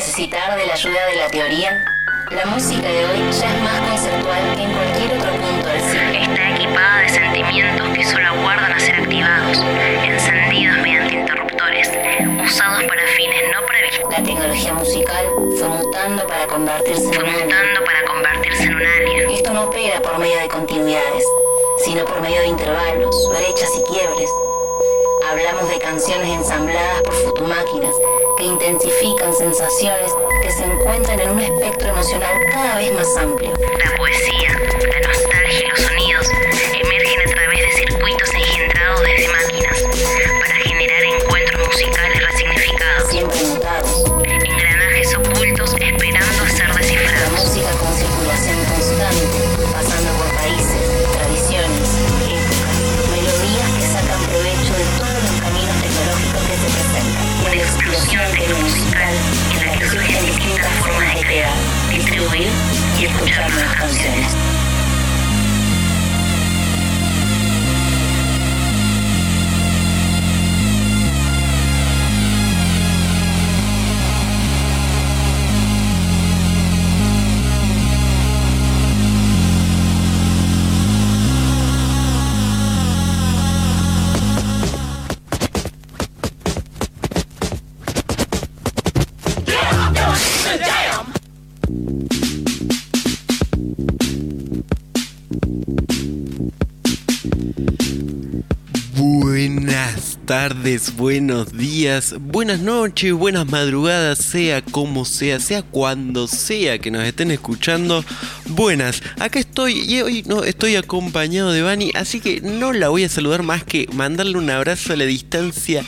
necesitar de la ayuda de la teoría? La música de hoy ya es más conceptual que en cualquier otro punto del siglo. Está equipada de sentimientos que solo aguardan a ser activados, encendidos mediante interruptores, usados para fines no previstos. La tecnología musical fue mutando para convertirse en un alien. Esto no opera por medio de continuidades, sino por medio de intervalos, brechas y quiebres. Hablamos de canciones ensambladas por futumáquinas que intensifican sensaciones que se encuentran en un espectro emocional cada vez más amplio. La poesía, la nostalgia y los sonidos emergen a través de circuitos engendrados desde máquinas para generar encuentros musicales resignificados, siempre mutados, engranajes ocultos esperando a ser descifrados. La música con circulación constante, pasando por países, tradiciones, épocas, melodías que sacan provecho de todos los caminos tecnológicos que se presentan. Una explosión tecnomusical en la que surgen distintas formas de crear, distribuir y escuchar nuevas canciones. Buenas tardes, buenos días, buenas noches, buenas madrugadas, sea como sea cuando sea que nos estén escuchando. Buenas, acá estoy y hoy no estoy acompañado de Vani, así que no la voy a saludar más que mandarle un abrazo a la distancia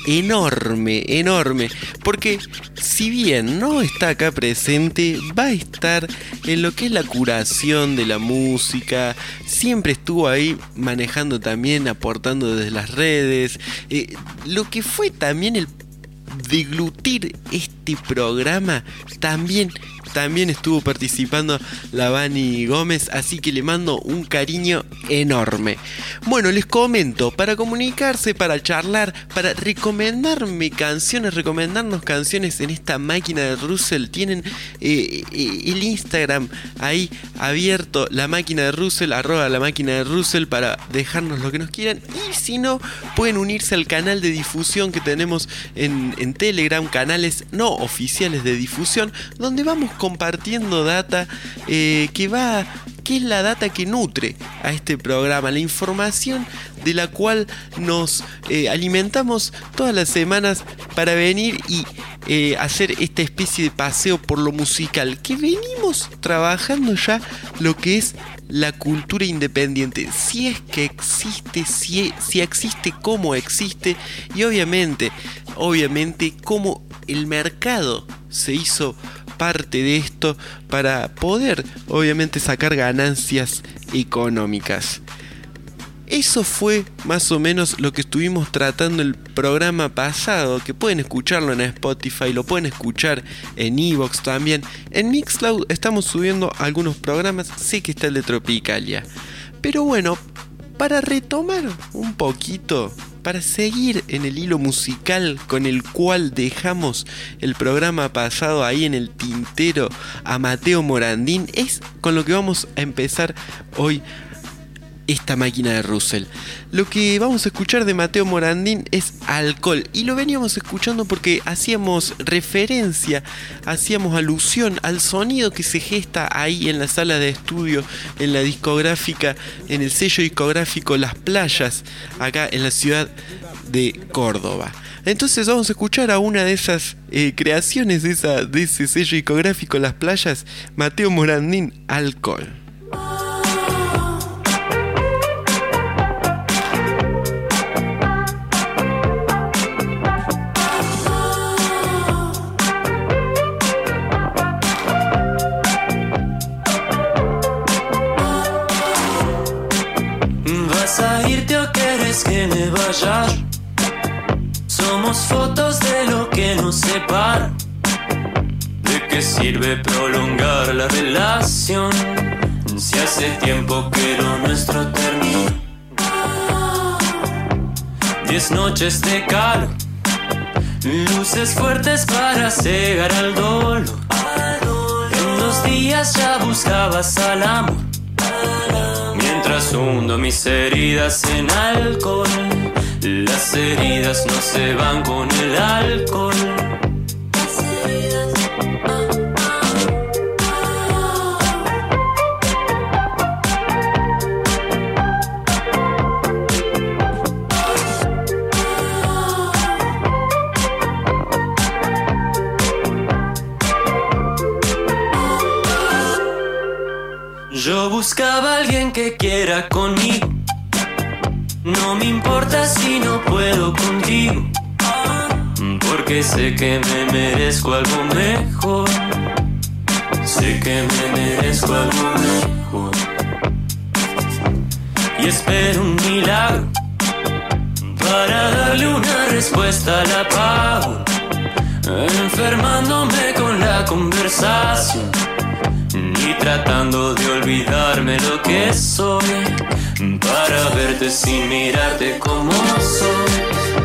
enorme, porque si bien no está acá presente, va a estar en lo que es la curación de la música. Siempre estuvo ahí manejando también, aportando desde las redes, lo que fue también el deglutir este programa, también estuvo participando la Vani Gómez, así que le mando un cariño enorme. Bueno, les comento, para comunicarse, para charlar, para recomendarnos canciones en esta máquina de Russell, tienen el Instagram ahí abierto, la máquina de Russell, @ la máquina de Russell, para dejarnos lo que nos quieran. Y si no, pueden unirse al canal de difusión que tenemos en Telegram, canales no oficiales de difusión, donde vamos compartiendo data que es la data que nutre a este programa, la información de la cual nos alimentamos todas las semanas para venir y hacer esta especie de paseo por lo musical, que venimos trabajando ya lo que es la cultura independiente, si es que existe, si existe, cómo existe, y obviamente cómo el mercado se hizo parte de esto para poder obviamente sacar ganancias económicas. Eso fue más o menos lo que estuvimos tratando el programa pasado, que pueden escucharlo en Spotify, lo pueden escuchar en Evox también. En Mixcloud estamos subiendo algunos programas, sé que está el de Tropicalia. Pero bueno, para retomar un poquito, para seguir en el hilo musical con el cual dejamos el programa pasado ahí en el tintero a Mateo Morandin, es con lo que vamos a empezar hoy esta máquina de Russell. Lo que vamos a escuchar de Mateo Morandin es Alcohol, y lo veníamos escuchando porque hacíamos referencia, hacíamos alusión al sonido que se gesta ahí en la sala de estudio, en la discográfica, en el sello discográfico Las Playas, acá en la ciudad de Córdoba. Entonces vamos a escuchar a una de esas creaciones de ese sello discográfico Las Playas, Mateo Morandin, Alcohol. Que me vaya. Somos fotos de lo que nos separa. ¿De qué sirve prolongar la relación si hace tiempo que lo nuestro terminó? 10 noches de calor luces fuertes para cegar al dolor. En los días ya buscabas al amor, mientras hundo mis heridas en alcohol. Las heridas no se van con el alcohol. Yo buscaba a alguien que quiera conmigo. No me importa si no puedo contigo, porque sé que me merezco algo mejor. Sé que me merezco algo mejor. Y espero un milagro para darle una respuesta al apago, enfermándome con la conversación y tratando de olvidarme lo que soy, para verte sin mirarte como soy.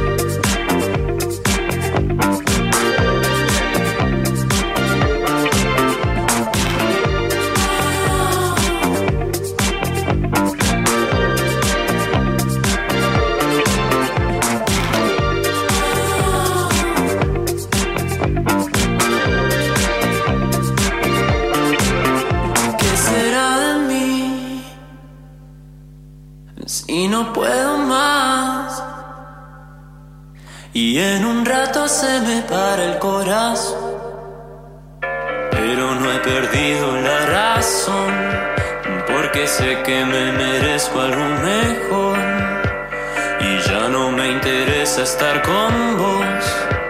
Y no puedo más, y en un rato se me para el corazón, pero no he perdido la razón, porque sé que me merezco algo mejor, y ya no me interesa estar con vos.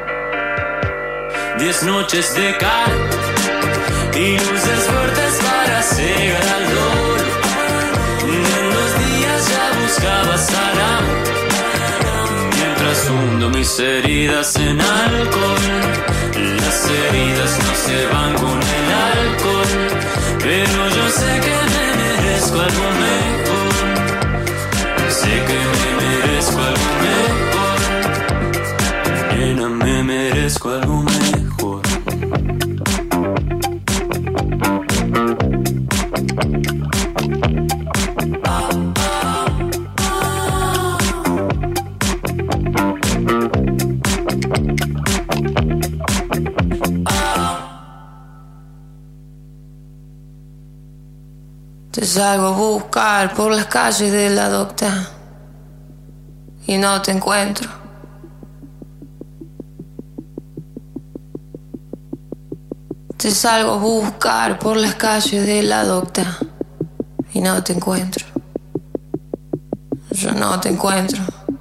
10 noches de calor y luces fuertes para cegar al dolor. Buscabas al amor, mientras hundo mis heridas en alcohol. Las heridas no se van con el alcohol, pero yo sé que me merezco algo mejor. Sé que me merezco algo mejor. Nena, me merezco algo mejor. Te salgo a buscar por las calles de la Docta y no te encuentro. Te salgo a buscar por las calles de la Docta y no te encuentro. Yo no te encuentro.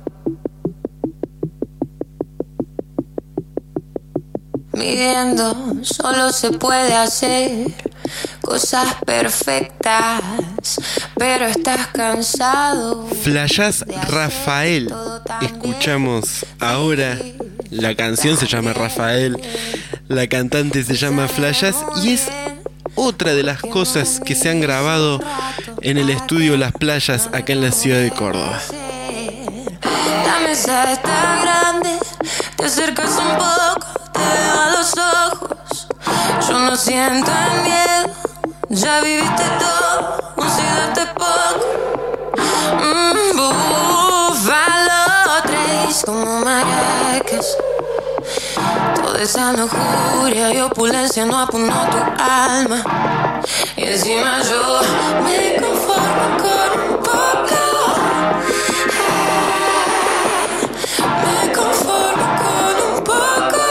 Midiendo solo se puede hacer cosas perfectas, pero estás cansado. Flashás Rafael. Escuchamos ahora. La canción se llama Rafael, la cantante se llama Flashás, y es otra de las cosas que se han grabado en el estudio Las Playas acá en la ciudad de Córdoba. La mesa está grande, te acercas un poco, te veo a los ojos. Yo no siento el miedo, ya viviste todo, consideraste poco. Búfalo traes como maracas. Toda esa lujuria y opulencia no apuntó tu alma. Y encima yo me conformo con un poco. Me conformo con un poco.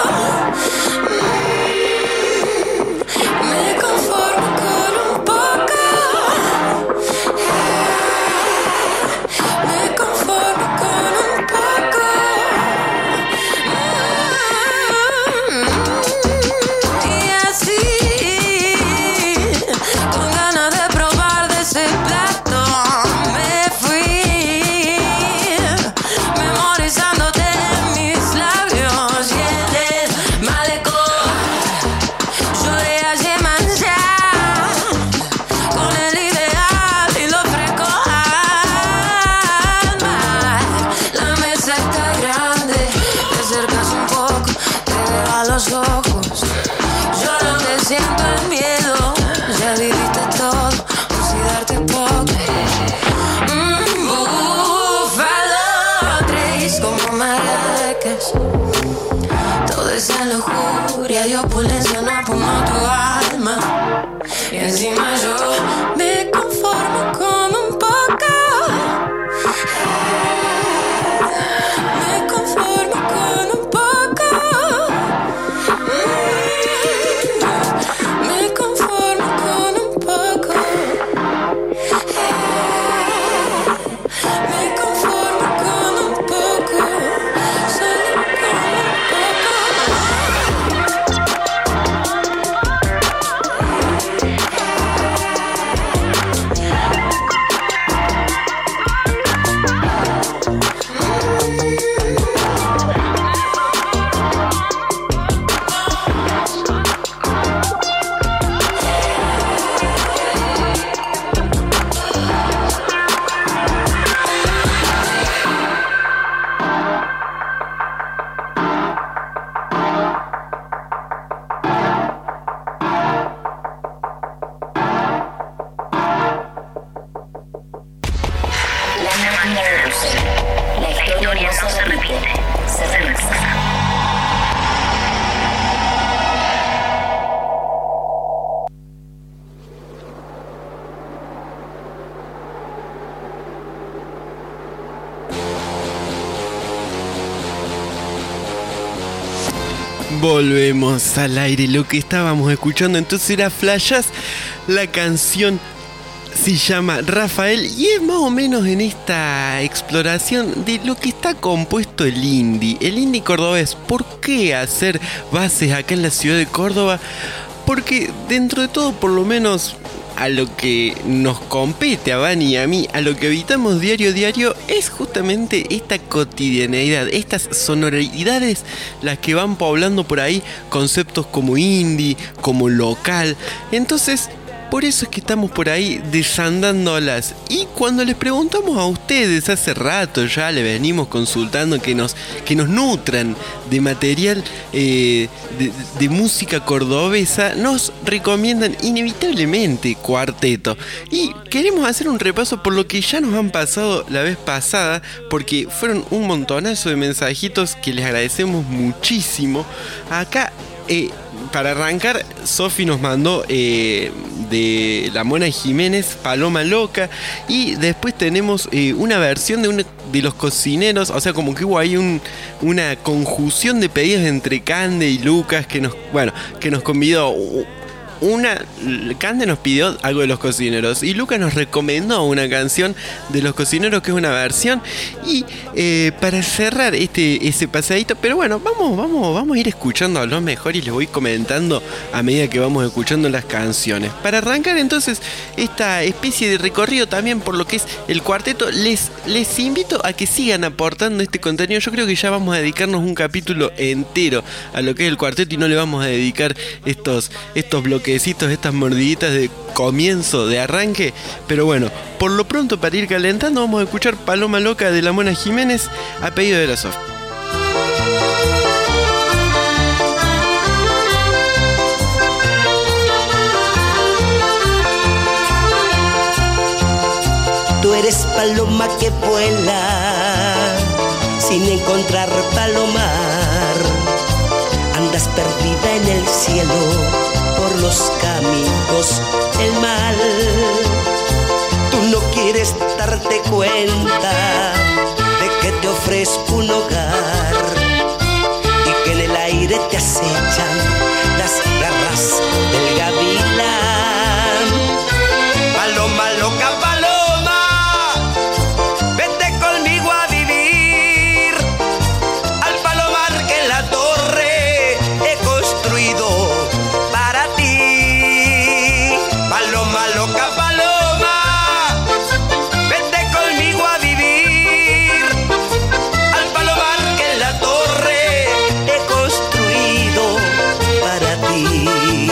Me conformo con un poco. Me conformo con un poco. Y así, con ganas de probar de ese plato, me lujuria y opulencia no apuntó tu alma. Y encima yo me conformo con un poco. Me conformo con un poco. Me conformo con un poco. Me conformo con un poco. Solo con un La historia no se repite, se realiza. Volvemos al aire. Lo que estábamos escuchando entonces era Flashas. La canción se llama Rafael y es más o menos en esta exploración de lo que está compuesto el indie cordobés. ¿Por qué hacer bases acá en la ciudad de Córdoba? Porque dentro de todo, por lo menos a lo que nos compete a Vani y a mí, a lo que habitamos diario, es justamente esta cotidianeidad, estas sonoridades las que van poblando por ahí conceptos como indie, como local. Entonces, por eso es que estamos por ahí desandándolas. Y cuando les preguntamos a ustedes hace rato, ya le venimos consultando que nos nutran de material de música cordobesa, nos recomiendan inevitablemente Cuarteto. Y queremos hacer un repaso por lo que ya nos han pasado la vez pasada, porque fueron un montonazo de mensajitos que les agradecemos muchísimo. Acá, para arrancar, Sofi nos mandó de La Mona Jiménez, Paloma Loca, y después tenemos una versión de uno de los cocineros, o sea, como que hubo ahí una conjunción de pedidos entre Cande y Lucas que nos convidó. Cande nos pidió algo de Los Cocineros y Lucas nos recomendó una canción de Los Cocineros que es una versión. Y para cerrar ese pasadito, pero bueno, vamos a ir escuchando a lo mejor y les voy comentando a medida que vamos escuchando las canciones. Para arrancar entonces esta especie de recorrido también por lo que es el cuarteto, les invito a que sigan aportando este contenido. Yo creo que ya vamos a dedicarnos un capítulo entero a lo que es el cuarteto y no le vamos a dedicar estos bloquecitos, estas mordiditas de comienzo, de arranque. Pero bueno, por lo pronto, para ir calentando, vamos a escuchar Paloma Loca de La Mona Jiménez a pedido de la Sof. Tú eres paloma que vuela sin encontrar palomar. Andas perdida en el cielo por los caminos del mal. Tú no quieres darte cuenta de que te ofrezco un hogar y que en el aire te acechan las garras del gavilán. Paloma loca, paloma, vete conmigo a vivir al palomar que en la torre he construido para ti. Paloma loca, paloma, vete conmigo a vivir al palomar que en la torre he construido para ti.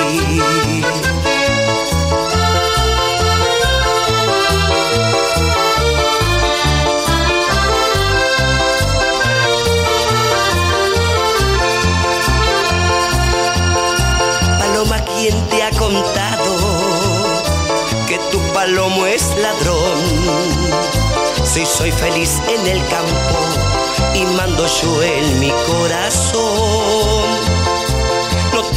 Paloma, ¿quién te ha contado que tu palomo es ladrón? Si soy feliz en el campo y mando yo en mi corazón. No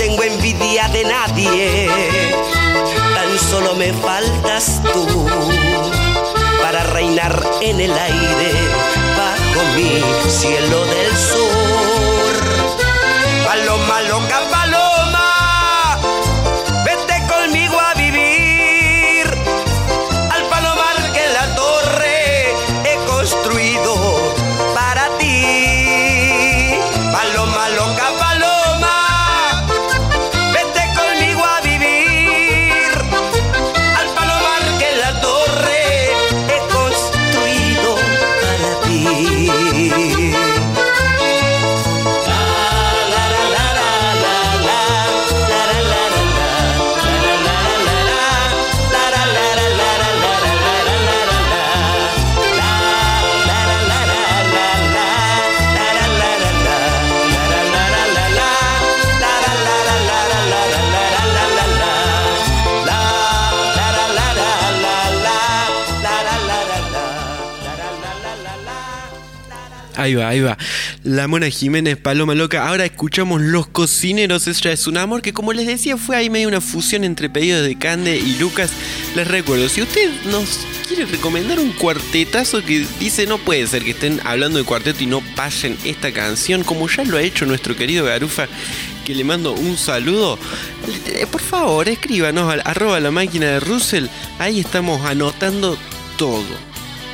novia de nadie, tan solo me faltas tú para reinar en el aire bajo mi cielo del sur. Paloma loca, paloma, vete conmigo a vivir al palomar que la torre he construido para ti. Paloma loca, paloma, vete conmigo a vivir al palomar que la torre he construido para ti. Ahí va. La Mona Jiménez, Paloma Loca. Ahora escuchamos Los Cocineros. Ella es un amor que, como les decía, fue ahí medio una fusión entre pedidos de Cande y Lucas. Les recuerdo, si usted nos quiere recomendar un cuartetazo que dice no puede ser que estén hablando de cuarteto y no pasen esta canción, como ya lo ha hecho nuestro querido Garufa, que le mando un saludo, por favor escríbanos al @lamáquina_de_Russell. Ahí estamos anotando todo.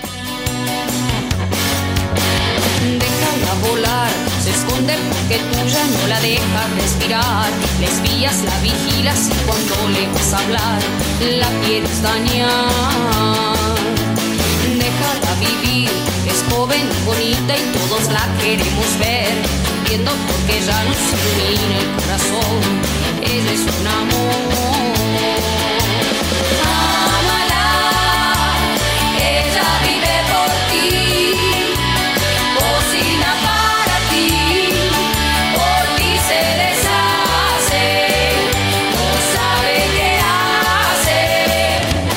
Volar, se esconde porque tú ya no la dejas respirar. Le espías, la vigilas y cuando le vas a hablar la quieres dañar. Déjala vivir, es joven y bonita y todos la queremos ver, viendo porque ya nos ilumina el corazón. Ella es un amor. Ámala, ella vive por ti. Cocina para ti, por ti se deshace, no sabe qué hace.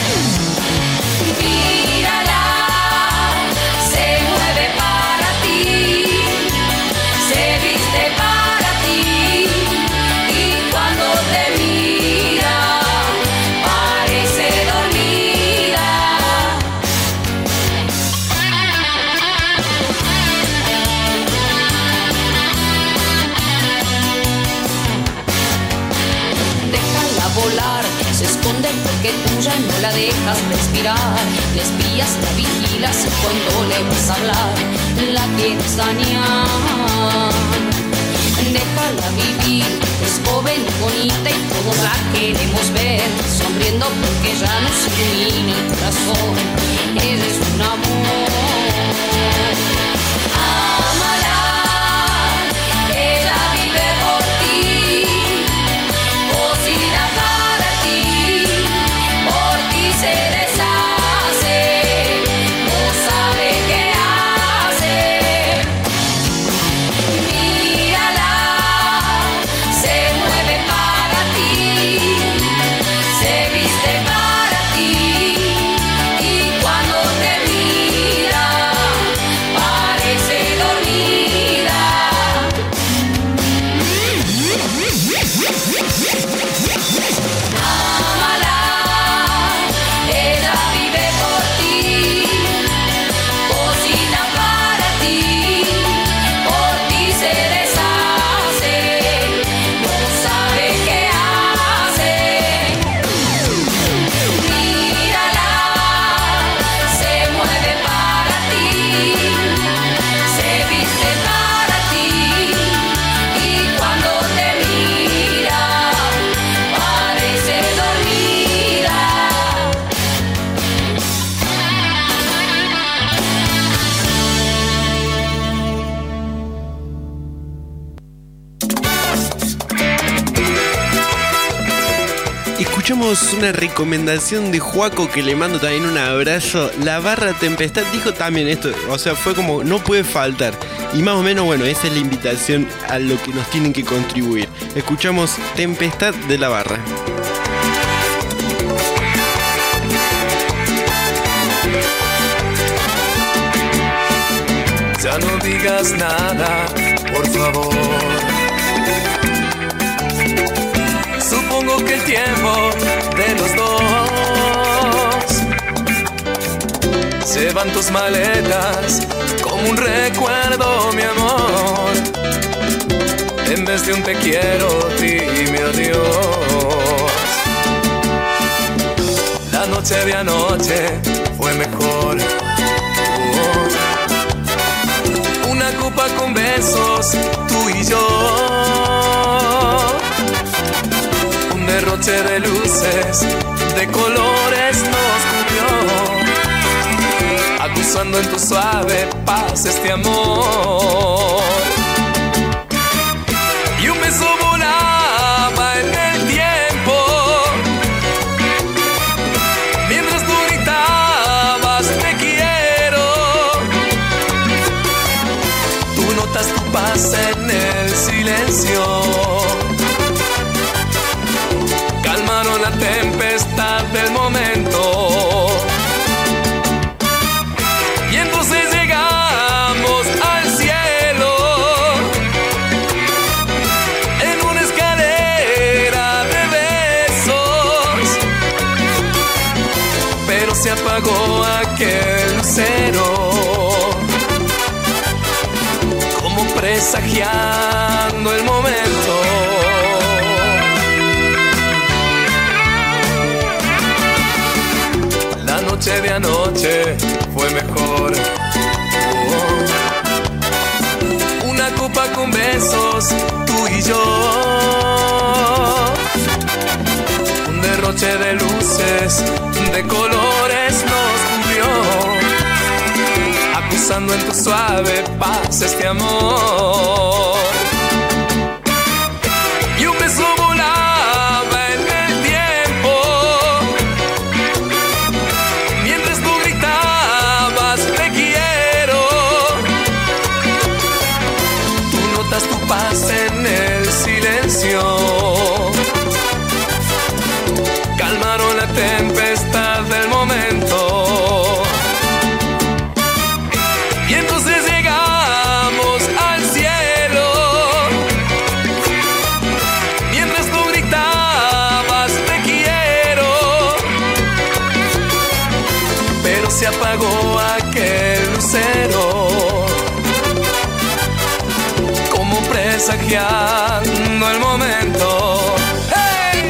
Mírala, se mueve para ti, se viste para ti, y cuando te mira, parece dormida. Volar, se esconde porque tú ya no la dejas respirar. Le espías, la vigilas y cuando le vas a hablar la quieres dañar. Déjala vivir, es joven y bonita y todos la queremos ver, sonriendo porque ya nos ilumina el corazón. Ella es un amor. Ámala, ella vive por ti. Cocina para ti, por ti se deshace, no sabe qué hace. Mírala, se mueve para ti, se viste para ti, y cuando te mira, parece dormida. Ámala, ella vive por ti, cocina para ti, por ti se deshace, no sabe qué hace. Mírala, se mueve para ti, se viste para ti, y cuando te mira, parece dormida. Escuchamos una recomendación de Juaco, que le mando también un abrazo. La Barra Tempestad dijo también esto, o sea, fue como no puede faltar. Y más o menos, bueno, esa es la invitación a lo que nos tienen que contribuir. Escuchamos Tempestad de La Barra. Ya no digas nada, por favor. Siento que el tiempo de los dos se van tus maletas como un recuerdo, mi amor. En vez de un te quiero, dime adiós. La noche de anoche fue mejor. Una copa con besos, tú y yo. Un derroche de luces, de colores nos cubrió, acusando en tu suave paz este amor. Y un beso volaba en el tiempo, mientras tú gritabas te quiero. Tú notas tu paz en el silencio, calmaron la tempestad del momento. Y entonces llegamos al cielo, en una escalera de besos, pero se apagó aquel lucero, como presagiando el momento. La noche de anoche fue mejor. Una copa con besos, tú y yo. Un derroche de luces, de colores nos cubrió, acusando en tu suave paz este amor. Y un beso volaba en el tiempo, mientras tú gritabas te quiero. Tú notas tu paz en el silencio, calmaron la tempestad del momento. Y entonces llegamos al cielo, mientras tú gritabas te quiero, pero se apagó aquel lucero, como presagiando el momento. ¡Hey!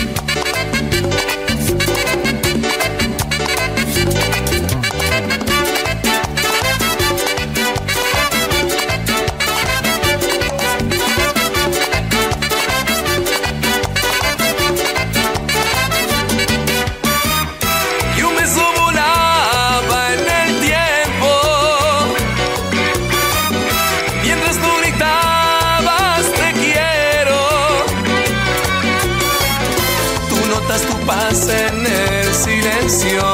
Y un beso volaba en el tiempo, mientras tú gritabas te quiero. Tú notas tu paz en el silencio,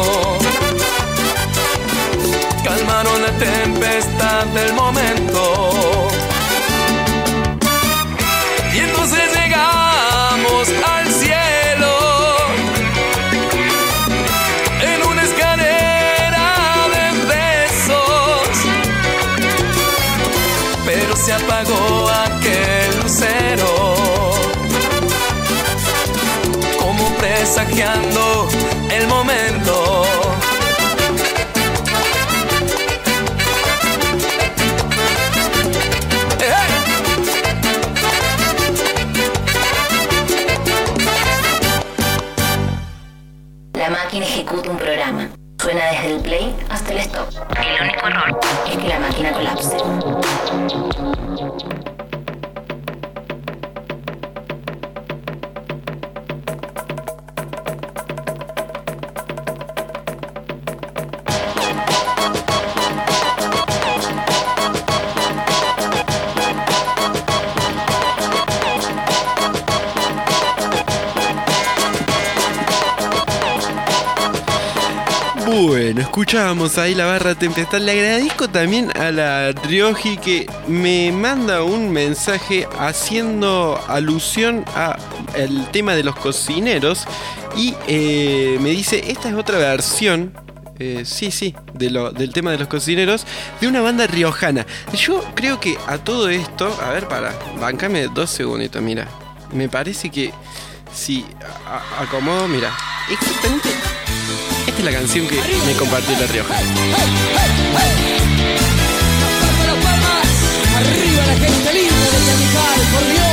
calmaron la tempestad del momento. Y entonces llegamos al cielo, en una escalera de besos, pero se apagó aquel lucero, como presagiando el momento. La máquina ejecuta un programa. Suena desde el play hasta el stop. El único error Es que la máquina colapse. Bueno, escuchábamos ahí la barra Tempestad. Le agradezco también a la Ryoji que me manda un mensaje haciendo alusión a el tema de los cocineros y me dice, esta es otra versión, sí, del tema de los cocineros, de una banda riojana. Yo creo que a todo esto, a ver, bancame 2 segunditos, mira, me parece que si acomodo, mira, exactamente. Esta es la canción que me compartió La Rioja. Arriba la gente linda de Chamical, por Dios.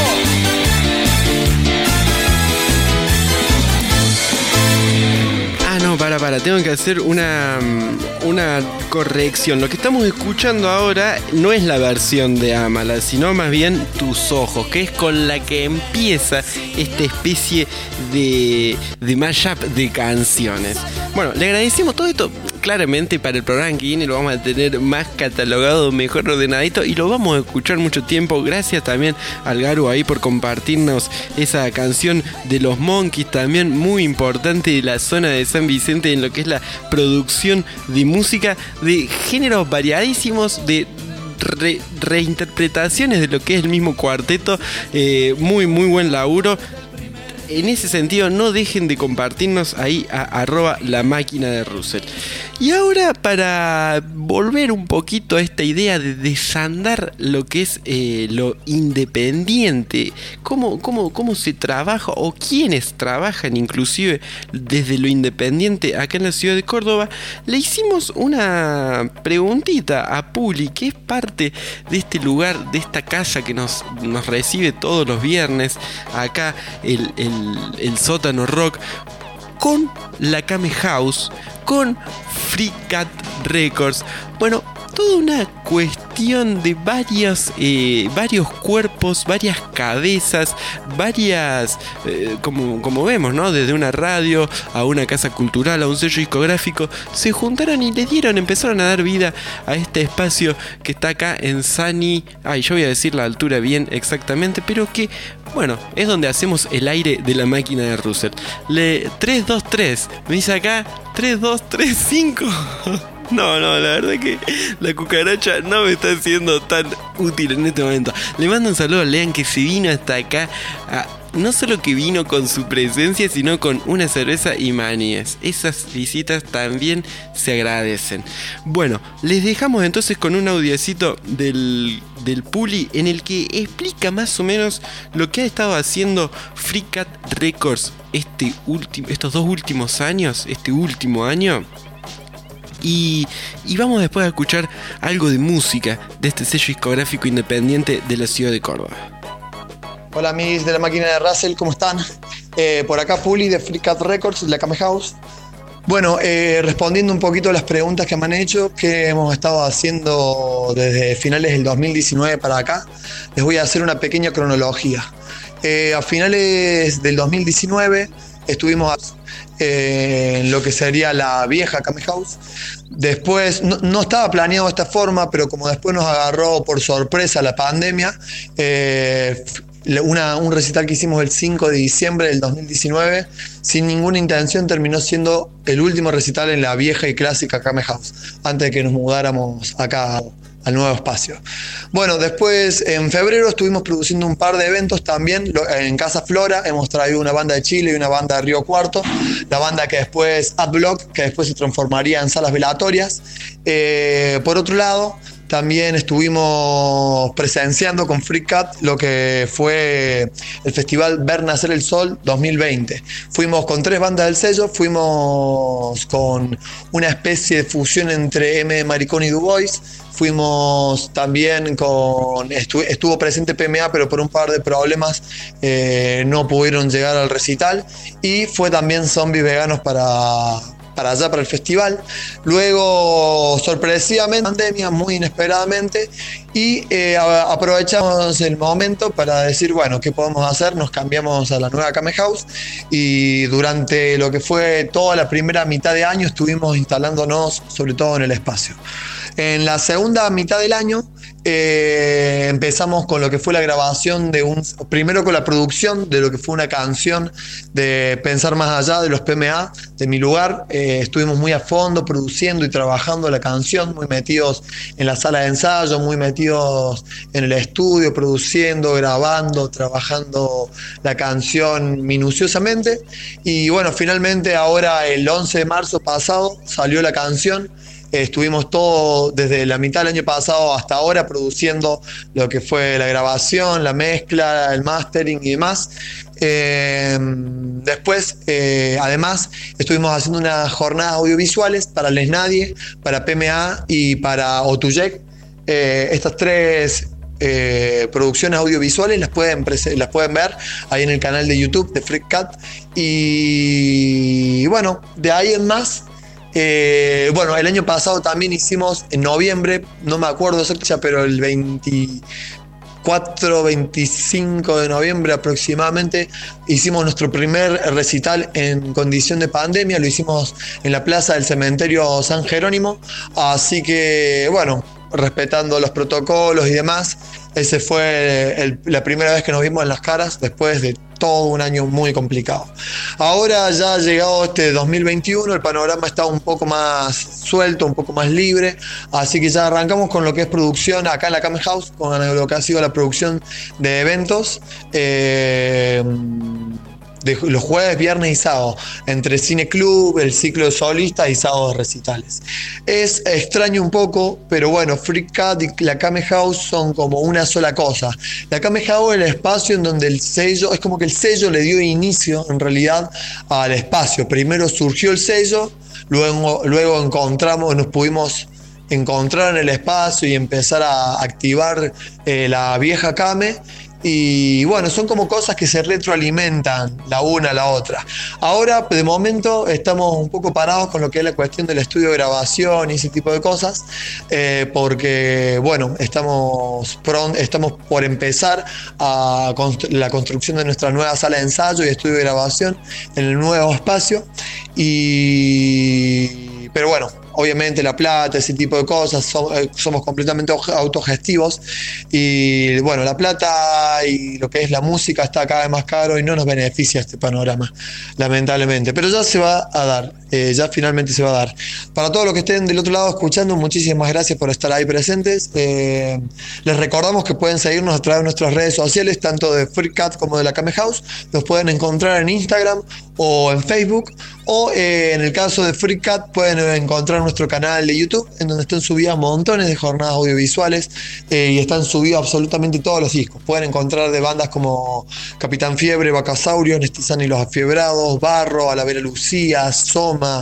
No, para, tengo que hacer una corrección. Lo que estamos escuchando ahora no es la versión de Ámala, sino más bien Tus Ojos, que es con la que empieza esta especie de mashup de canciones. Bueno, le agradecemos todo esto. Claramente para el programa que viene lo vamos a tener más catalogado, mejor ordenadito, y lo vamos a escuchar mucho tiempo. Gracias también al Garu ahí por compartirnos esa canción de los Monkeys, también muy importante de la zona de San Vicente en lo que es la producción de música de géneros variadísimos, de reinterpretaciones de lo que es el mismo cuarteto. Muy buen laburo. En ese sentido, no dejen de compartirnos ahí a @la máquina de Russell. Y ahora, para volver un poquito a esta idea de desandar lo que es lo independiente, cómo se trabaja o quiénes trabajan inclusive desde lo independiente acá en la ciudad de Córdoba, le hicimos una preguntita a Puli, que es parte de este lugar, de esta casa que nos recibe todos los viernes, acá el sótano rock, con la Kame House, con Free Cat Records. Bueno, toda una cuestión de varios cuerpos, varias cabezas, varias, como vemos, ¿no? Desde una radio a una casa cultural, a un sello discográfico, se juntaron y empezaron a dar vida a este espacio que está acá en Sani. Yo voy a decir la altura bien exactamente, pero que, bueno, es donde hacemos el aire de la máquina de Russell. 323, me dice acá 3235. No, la verdad que la cucaracha no me está siendo tan útil en este momento. Le mando un saludo a Lean, que se vino hasta acá. No solo que vino con su presencia, sino con una cerveza y maníes. Esas visitas también se agradecen. Bueno, les dejamos entonces con un audiocito del Puli, en el que explica más o menos lo que ha estado haciendo Free Cat Records estos dos últimos años, este último año. Y vamos después a escuchar algo de música de este sello discográfico independiente de la ciudad de Córdoba. Hola amigos de la máquina de Russell, ¿cómo están? Por acá Puli de Free Cat Records, de la Kame House. Bueno, respondiendo un poquito a las preguntas que me han hecho, que hemos estado haciendo desde finales del 2019 para acá, les voy a hacer una pequeña cronología. A finales del 2019 estuvimos en lo que sería la vieja Kame House. Después, no estaba planeado de esta forma, pero como después nos agarró por sorpresa la pandemia, un recital que hicimos el 5 de diciembre del 2019, sin ninguna intención, terminó siendo el último recital en la vieja y clásica Kame House, antes de que nos mudáramos acá al nuevo espacio. Bueno, después en febrero estuvimos produciendo un par de eventos también en Casa Flora. Hemos traído una banda de Chile y una banda de Río Cuarto, la banda que después Adblock, que después se transformaría en Salas Velatorias. Por otro lado, también estuvimos presenciando con Free Cat lo que fue el festival Ver Nacer el Sol 2020. Fuimos con 3 bandas del sello, fuimos con una especie de fusión entre M. Maricón y Du Bois. Fuimos también estuvo presente PMA, pero por un par de problemas no pudieron llegar al recital. Y fue también Zombies Veganos para allá, para el festival. Luego, sorpresivamente, pandemia, muy inesperadamente, y aprovechamos el momento para decir, bueno, ¿qué podemos hacer? Nos cambiamos a la nueva Kame House, y durante lo que fue toda la primera mitad de año estuvimos instalándonos sobre todo en el espacio. En la segunda mitad del año empezamos con lo que fue la grabación primero con la producción de lo que fue una canción de Pensar Más Allá de los PMA, de Mi Lugar. Estuvimos muy a fondo produciendo y trabajando la canción, muy metidos en la sala de ensayo, muy metidos en el estudio, produciendo, grabando, trabajando la canción minuciosamente. Y bueno, finalmente ahora el 11 de marzo pasado salió la canción. estuvimos todo desde la mitad del año pasado hasta ahora produciendo lo que fue la grabación, la mezcla, el mastering y demás. Después, además, estuvimos haciendo unas jornadas audiovisuales para Les Nadie, para PMA y para Otuyec. Estas tres producciones audiovisuales las pueden ver ahí en el canal de YouTube de Freak Cat. Y bueno, de ahí en más. Bueno, el año pasado también hicimos en noviembre, no me acuerdo exacta, pero el 25 de noviembre aproximadamente hicimos nuestro primer recital en condición de pandemia. Lo hicimos en la plaza del cementerio San Jerónimo, así que bueno, respetando los protocolos y demás, ese fue la primera vez que nos vimos en las caras después de todo un año muy complicado. Ahora ya ha llegado este 2021, el panorama está un poco más suelto, un poco más libre, así que ya arrancamos con lo que es producción acá en la Camel House, con lo que ha sido la producción de eventos de los jueves, viernes y sábado, entre Cine Club, el ciclo de solistas y sábados de recitales. Es extraño un poco, pero bueno, Freak Cat y la Camel House son como una sola cosa. La Camel House es el espacio en donde el sello, es como que el sello le dio inicio en realidad al espacio. Primero surgió el sello, luego nos pudimos encontrar en el espacio y empezar a activar la vieja Came. Y bueno, son como cosas que se retroalimentan la una a la otra. Ahora, de momento, estamos un poco parados con lo que es la cuestión del estudio de grabación y ese tipo de cosas, porque, bueno, estamos por empezar la construcción de nuestra nueva sala de ensayo y estudio de grabación en el nuevo espacio. Pero bueno, obviamente la plata, ese tipo de cosas, somos completamente autogestivos y bueno, la plata y lo que es la música está cada vez más caro y no nos beneficia este panorama, lamentablemente, pero ya se va a dar, ya finalmente se va a dar. Para todos los que estén del otro lado escuchando, muchísimas gracias por estar ahí presentes. Les recordamos que pueden seguirnos a través de nuestras redes sociales, tanto de Freak Cat como de la Camel House. Los pueden encontrar en Instagram o en Facebook, o en el caso de Freak Cat pueden encontrar nuestro canal de YouTube, en donde están subidas montones de jornadas audiovisuales y están subidos absolutamente todos los discos. Pueden encontrar de bandas como Capitán Fiebre, Bacasaurio, Nestizán y los Afiebrados, Barro, Alavera Lucía, Soma,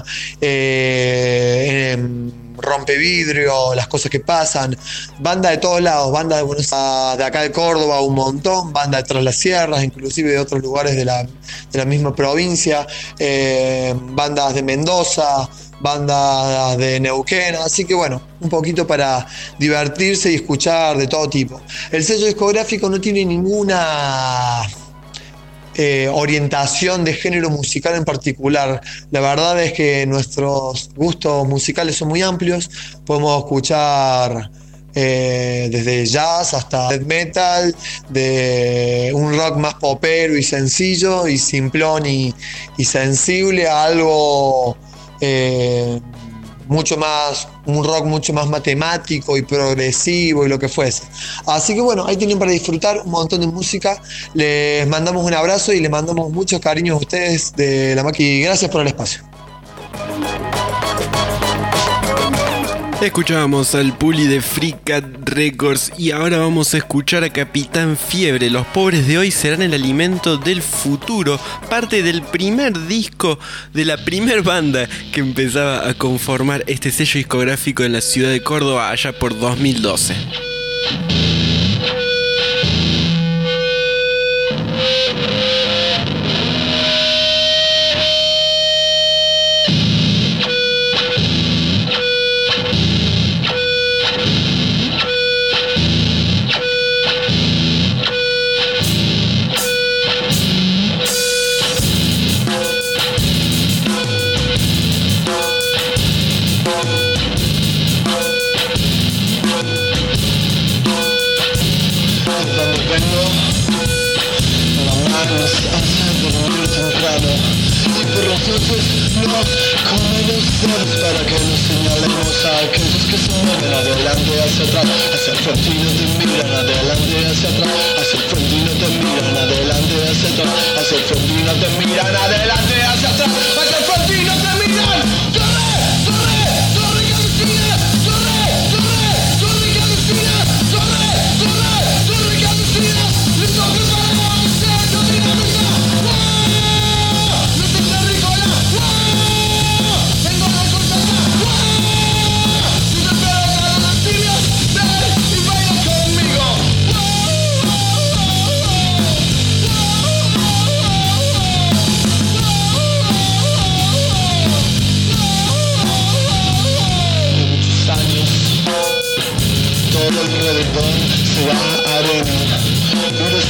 Rompevidrio, Las Cosas que Pasan, banda de todos lados, banda de Buenos Aires, de acá de Córdoba un montón, banda de Tras las Sierras, inclusive de otros lugares de la misma provincia, bandas de Mendoza, bandas de Neuquén, así que bueno, un poquito para divertirse y escuchar de todo tipo. El sello discográfico no tiene ninguna orientación de género musical en particular. La verdad es que nuestros gustos musicales son muy amplios. Podemos escuchar desde jazz hasta death metal, de un rock más popero y sencillo y simplón y sensible, a algo un rock mucho más matemático y progresivo y lo que fuese. Así que bueno, ahí tienen para disfrutar un montón de música. Les mandamos un abrazo y les mandamos muchos cariños a ustedes de la máquina y gracias por el espacio. Escuchábamos al Puli de Freak Cat Records y ahora vamos a escuchar a Capitán Fiebre. Los pobres de hoy serán el alimento del futuro, parte del primer disco de la primer banda que empezaba a conformar este sello discográfico en la ciudad de Córdoba allá por 2012. Para que nos señalemos a aquellos que se mueven adelante hacia atrás, hacia el frente y no te miran, adelante hacia atrás, hacia el frente y no te miran, adelante hacia atrás, hacia el frente y no te miran, adelante hacia atrás, hacia el frente y no te miran. ¡Corre! ¡Corre! ¡Corre, que me siguen!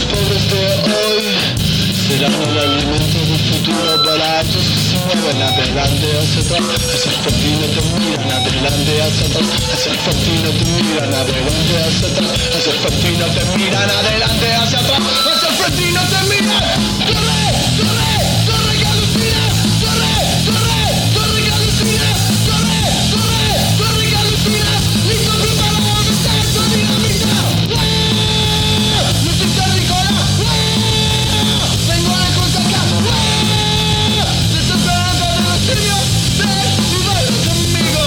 pobres de hoy serán el alimento del futuro para aquellos que se mueven adelante hacia atrás. Hacia el frente y no te miran adelante hacia atrás. Hacia el frente y no te miran adelante hacia atrás. Hacia el frente y no te miran adelante hacia atrás. Hacia el frente y no te miran. ¡Corre! ¡Corre! ¡Corre que alucinas! ¡Corre! ¡Corre! ¡Corre que alucinas! ¡Corre! ¡Corre! ¡Corre que alucinas! ¡Listo, preparado! ¡Está esto dinamita! ¡No soy terrícola! ¡Vengo a la cosa acá! ¡Desesperando de los sirios! ¡Ven y baila conmigo!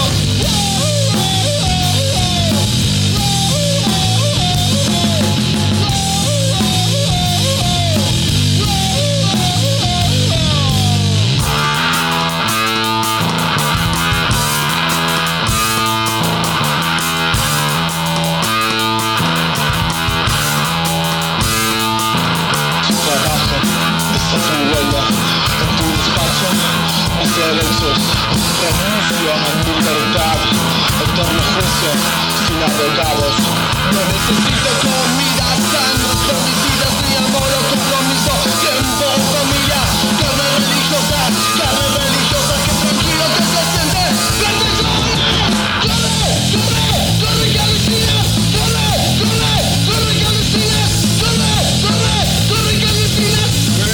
Derechos, renuncio a mi libertad, eterno juicio sin abogados. No necesito comida, sangre, homicidas ni amor o compromiso. Tiempo, familia, carne religiosa que tranquilo que se siente. ¡Verde corre! ¡Corre! ¡Corre que alucinas! ¡Corre! ¡Corre! ¡Corre que alucinas! ¡Corre! ¡Corre! ¡Corre que alucinas!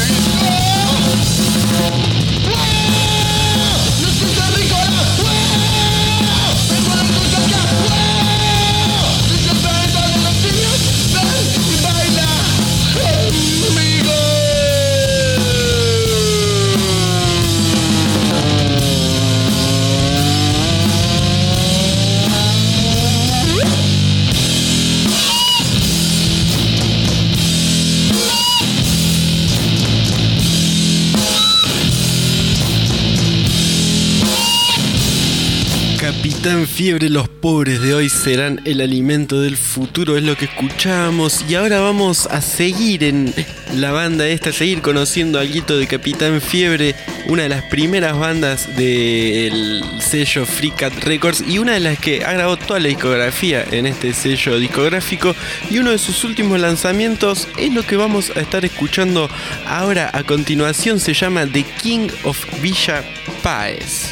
Capitán Fiebre, los pobres de hoy serán el alimento del futuro, es lo que escuchamos. Y ahora vamos a seguir en la banda esta, seguir conociendo algo de Capitán Fiebre, una de las primeras bandas del sello Free Cat Records y una de las que ha grabado toda la discografía en este sello discográfico, y uno de sus últimos lanzamientos es lo que vamos a estar escuchando ahora a continuación. Se llama The King of Villa Páez.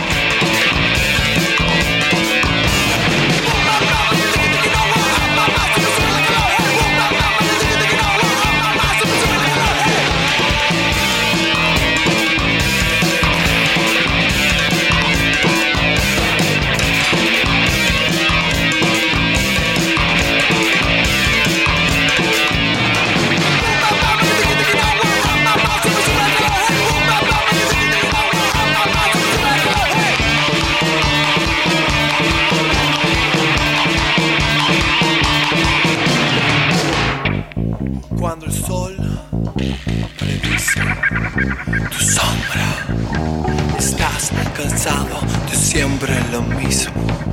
Cuando el sol revisa tu sombra, estás cansado de siempre lo mismo.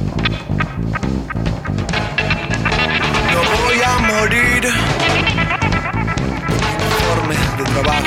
No voy a morir uniforme de trabajo.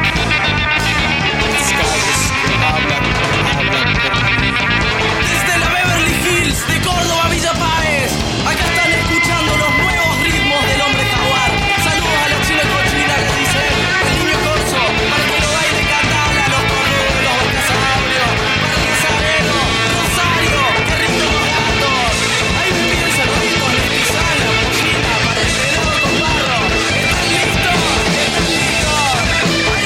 Las calles que hablan por mí. Desde la Beverly Hills de Córdoba a Villa Páez, acá están escuchando los nuevos ritmos del hombre jaguar. Saludos a la china cochina que dice el niño corso, para que no baile Catala, los cornudos, los casabrios, para el nazareno, Rosario, que rico los gatos. Ahí me piden saluditos, Letizán, la mochila, para el venado con barro. ¿Están listos? ¿Están listos?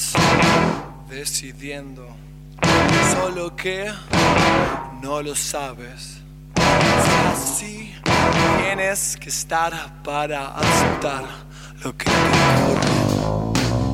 estás decidiendo, solo que no lo sabes. Es así, tienes que estar para aceptar lo que te ocurre.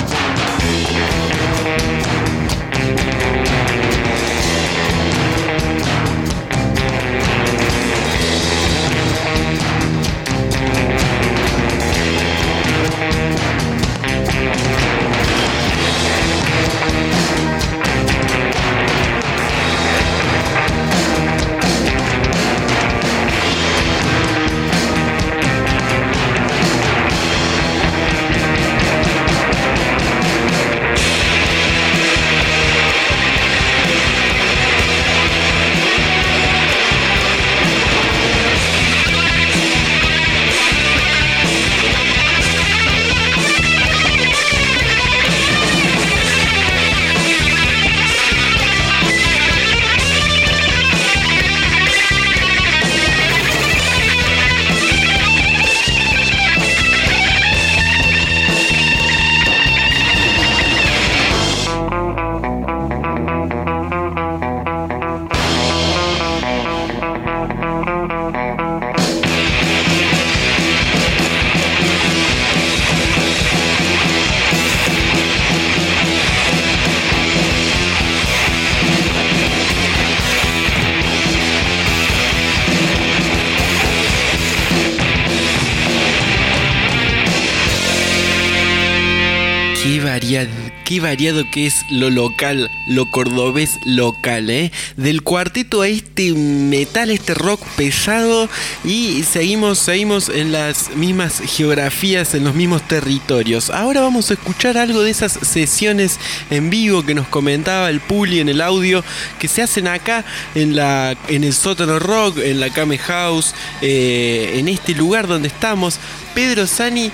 Qué variado que es lo local, lo cordobés local, del cuarteto a este metal, este rock pesado, y seguimos en las mismas geografías, en los mismos territorios. Ahora vamos a escuchar algo de esas sesiones en vivo que nos comentaba el Puli en el audio, que se hacen acá en el Sótano Rock, en la Kame House, en este lugar donde estamos. Pedro Sani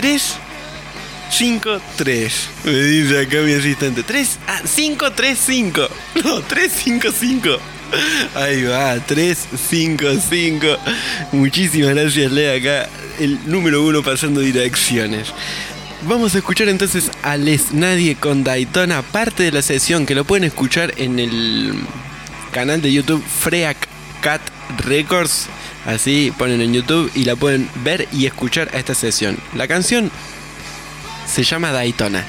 353, me dice acá mi asistente. 535. No, 355. Ahí va, 355. Muchísimas gracias, Lea, acá el número 1 pasando direcciones. Vamos a escuchar entonces a Les Nadie con Daytona, parte de la sesión que lo pueden escuchar en el canal de YouTube Freak Cat Records. Así ponen en YouTube y la pueden ver y escuchar a esta sesión. La canción se llama Daytona.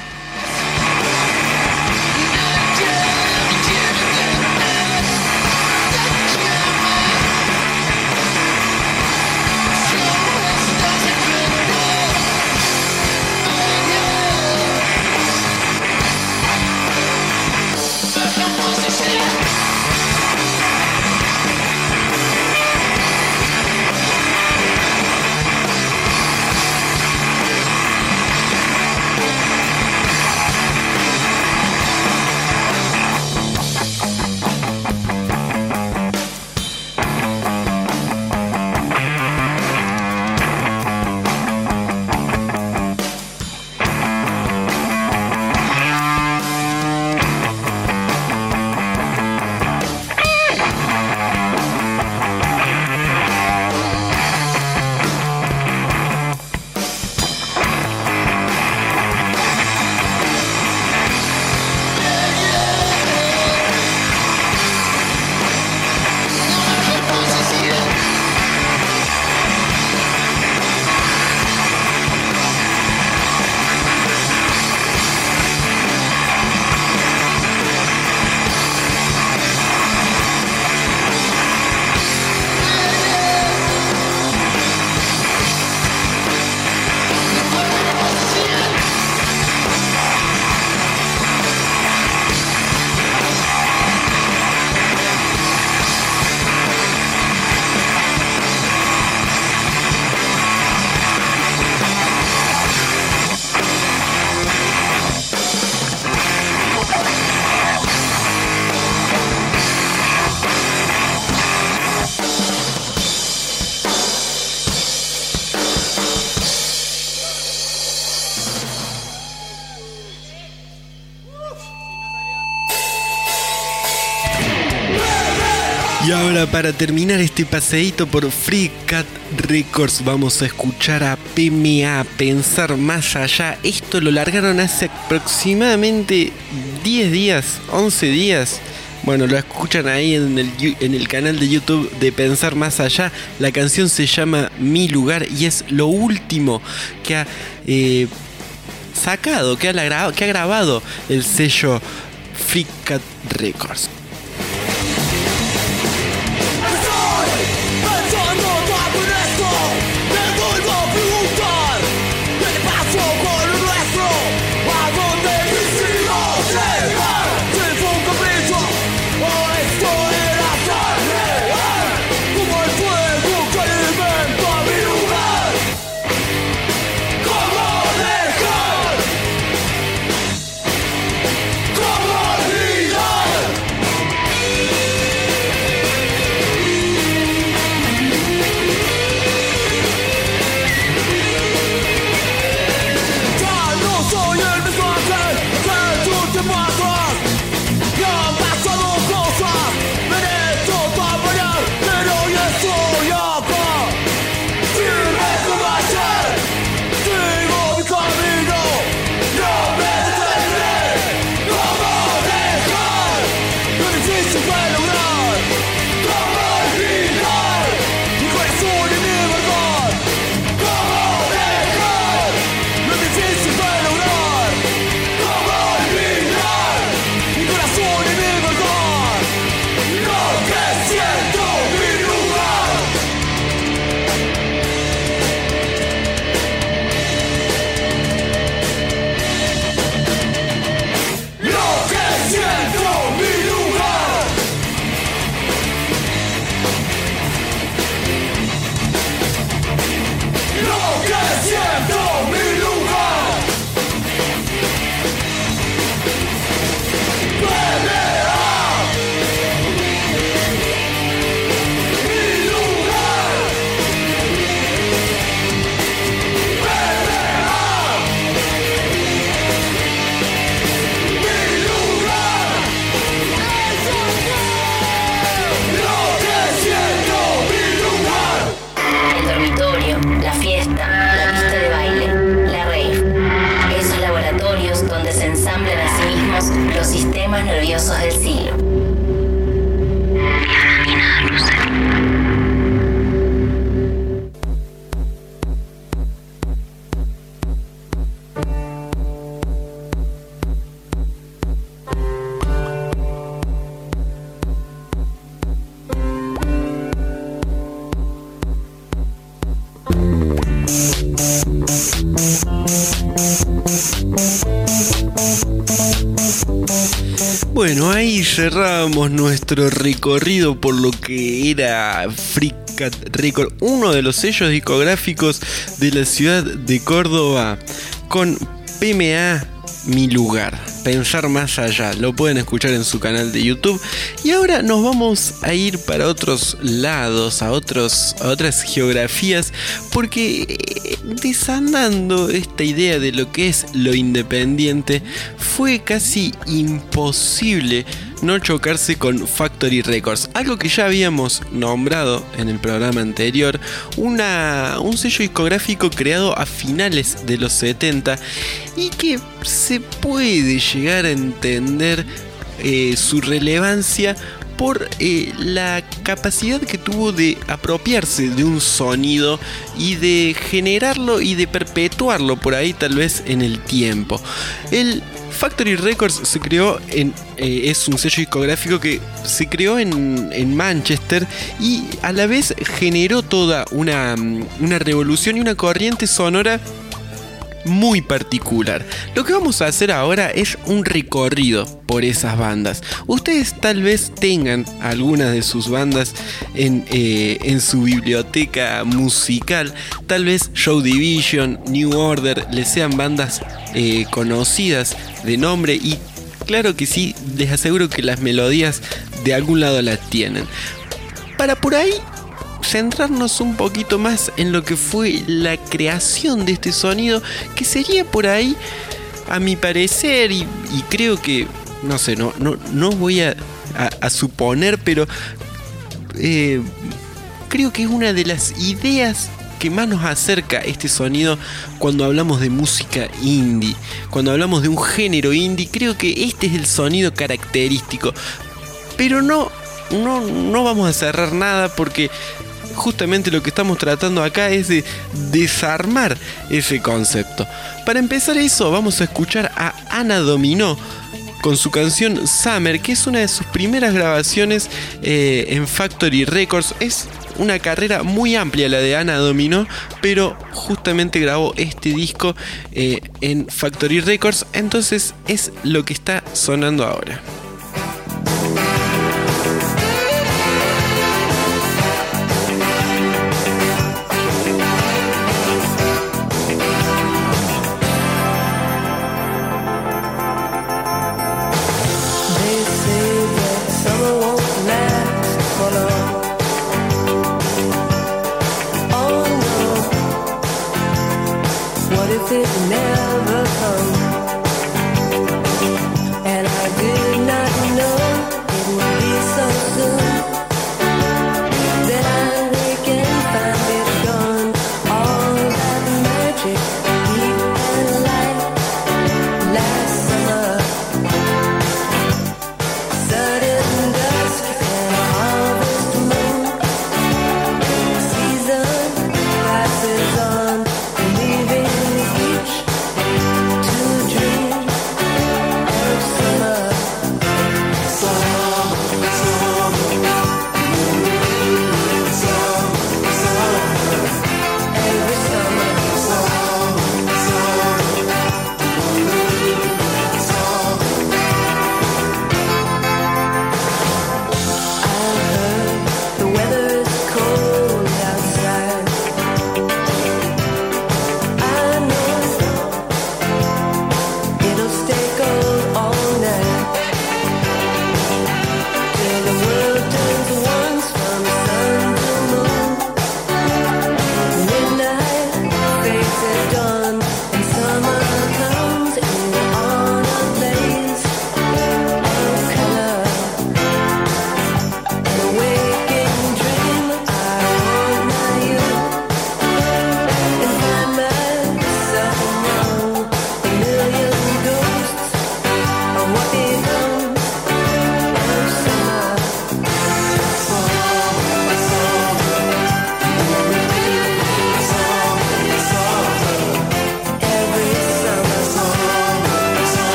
Y ahora, para terminar este paseíto por Freak Cat Records, vamos a escuchar a PMA, Pensar Más Allá. Esto lo largaron hace aproximadamente 10 días, 11 días. Bueno, lo escuchan ahí en el canal de YouTube de Pensar Más Allá. La canción se llama Mi Lugar y es lo último que ha sacado, que ha grabado el sello Freak Cat Records. Los sistemas nerviosos del siglo. Bueno, ahí cerramos nuestro recorrido por lo que era Freak Cat Records, uno de los sellos discográficos de la ciudad de Córdoba, con PMA Mi Lugar, Pensar Más Allá. Lo pueden escuchar en su canal de YouTube. Y ahora nos vamos a ir para otros lados, a otras geografías, porque desandando esta idea de lo que es lo independiente, fue casi imposible no chocarse con Factory Records, algo que ya habíamos nombrado en el programa anterior, un sello discográfico creado a finales de los 70 y que se puede llegar a entender su relevancia por la capacidad que tuvo de apropiarse de un sonido y de generarlo y de perpetuarlo por ahí tal vez en el tiempo. El Factory Records se creó es un sello discográfico que se creó en Manchester y a la vez generó toda una revolución y una corriente sonora muy particular. Lo que vamos a hacer ahora es un recorrido por esas bandas. Ustedes tal vez tengan algunas de sus bandas en su biblioteca musical. Tal vez Joy Division, New Order les sean bandas conocidas de nombre, y claro que sí, les aseguro que las melodías de algún lado las tienen. Para por ahí centrarnos un poquito más en lo que fue la creación de este sonido, que sería por ahí, a mi parecer, y creo que, no sé, no voy a suponer, pero creo que es una de las ideas que más nos acerca este sonido cuando hablamos de música indie. Cuando hablamos de un género indie, creo que este es el sonido característico. Pero no vamos a cerrar nada, porque justamente lo que estamos tratando acá es de desarmar ese concepto. Para empezar eso, vamos a escuchar a Ana Dominó con su canción Summer, que es una de sus primeras grabaciones en Factory Records. Es una carrera muy amplia la de Ana Dominó, pero justamente grabó este disco en Factory Records, entonces es lo que está sonando ahora.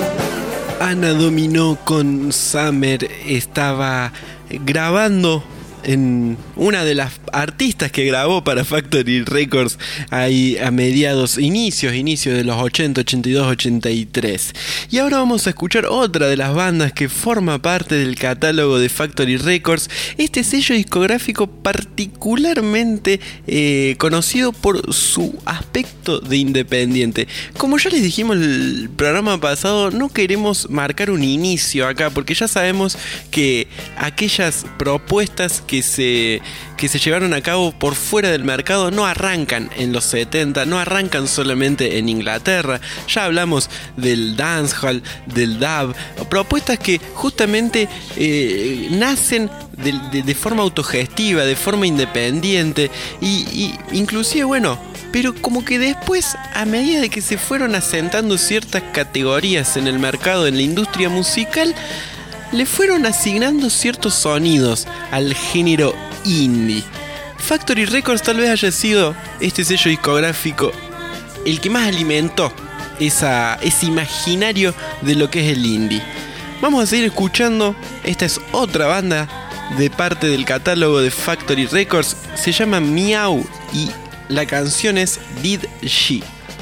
Ana Dominó con Summer estaba grabando en una de las artistas que grabó para Factory Records ahí a inicios de los 80, 82, 83. Y ahora vamos a escuchar otra de las bandas que forma parte del catálogo de Factory Records, este sello discográfico particularmente conocido por su aspecto de independiente. Como ya les dijimos el programa pasado, no queremos marcar un inicio acá porque ya sabemos que aquellas propuestas que se llevaron a cabo por fuera del mercado no arrancan en los 70, no arrancan solamente en Inglaterra. Ya hablamos del dancehall, del dub, propuestas que justamente nacen de forma autogestiva, de forma independiente y inclusive, bueno, pero como que después, a medida de que se fueron asentando ciertas categorías en el mercado, en la industria musical, le fueron asignando ciertos sonidos al género indie. Factory Records tal vez haya sido este sello discográfico el que más alimentó ese imaginario de lo que es el indie. Vamos a seguir escuchando. Esta es otra banda de parte del catálogo de Factory Records. Se llama Meow y la canción es Did She.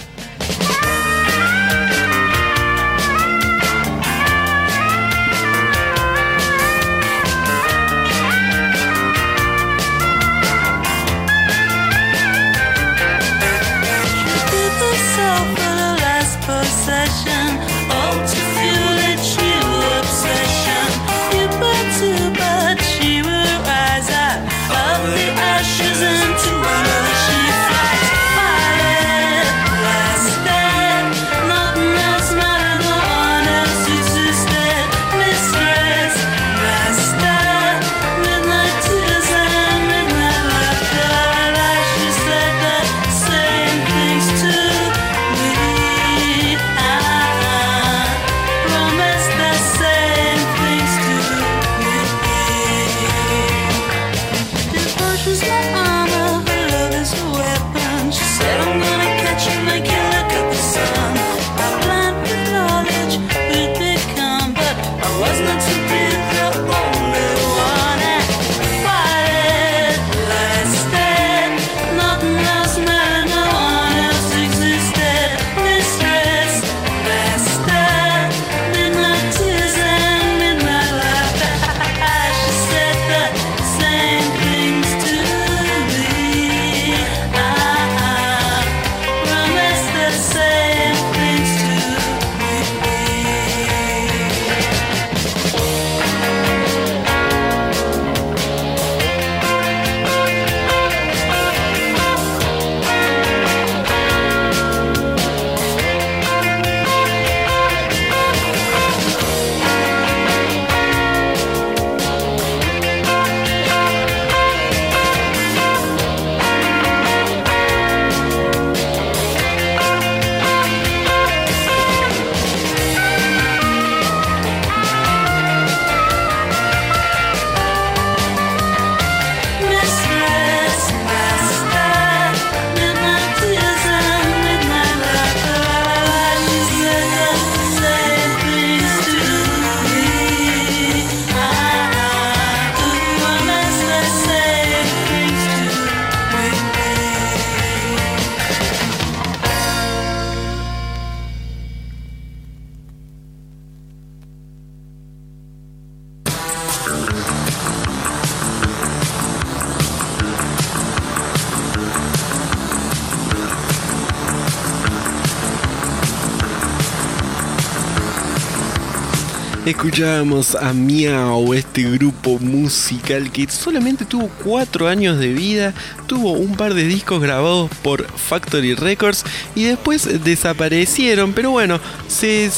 Escuchábamos a Meow, este grupo musical que solamente tuvo 4 años de vida, tuvo un par de discos grabados por Factory Records y después desaparecieron, pero bueno, se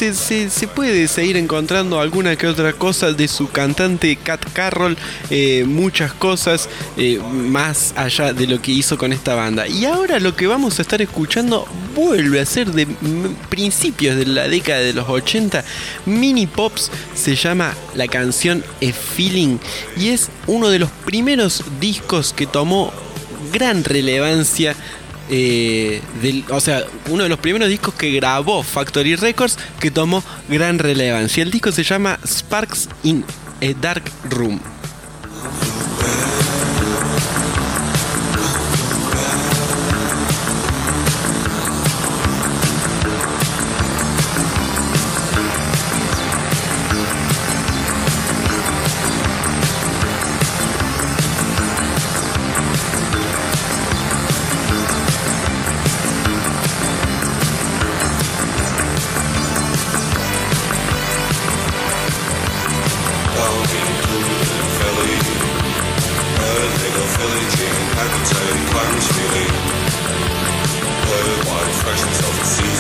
puede seguir encontrando alguna que otra cosa de su cantante Cat Carroll, muchas cosas más allá de lo que hizo con esta banda. Y ahora lo que vamos a estar escuchando vuelve a ser de principios de la década de los 80, Mini Pops. Se llama la canción A Feeling y es uno de los primeros discos que tomó gran relevancia, uno de los primeros discos que grabó Factory Records que tomó gran relevancia. El disco se llama Sparks in a Dark Room.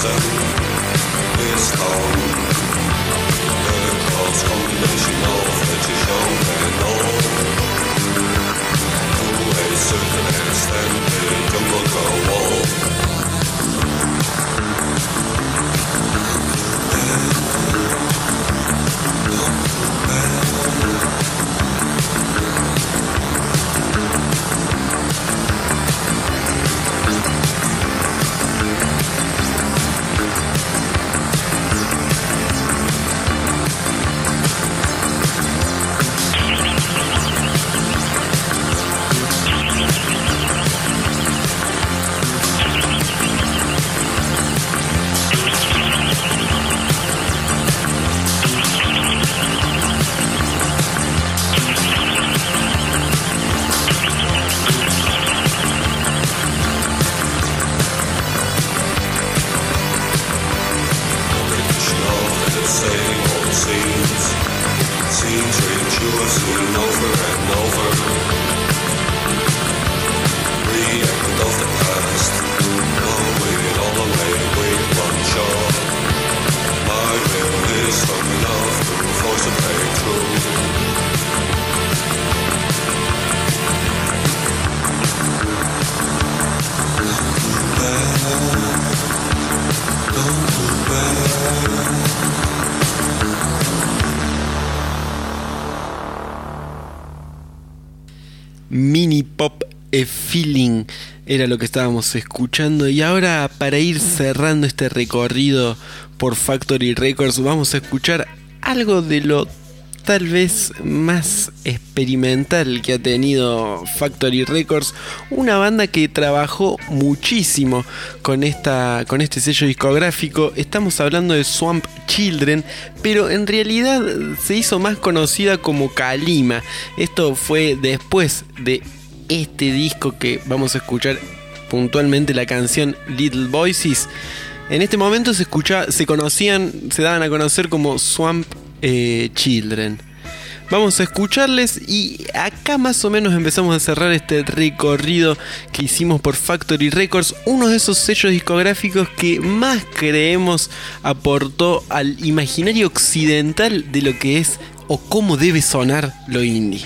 sun is gone. The close combination of British and all. To a certain extent, the jungle go wall. Mini Pop Feeling era lo que estábamos escuchando. Y ahora, para ir cerrando este recorrido por Factory Records, vamos a escuchar algo de lo tal vez más experimental que ha tenido Factory Records, una banda que trabajó muchísimo con este sello discográfico. Estamos hablando de Swamp Children, pero en realidad se hizo más conocida como Kalima. Esto fue después de este disco que vamos a escuchar puntualmente, la canción Little Voices. En este momento se daban a conocer como Swamp Children. Vamos a escucharles y acá más o menos empezamos a cerrar este recorrido que hicimos por Factory Records, uno de esos sellos discográficos que más creemos aportó al imaginario occidental de lo que es o cómo debe sonar lo indie.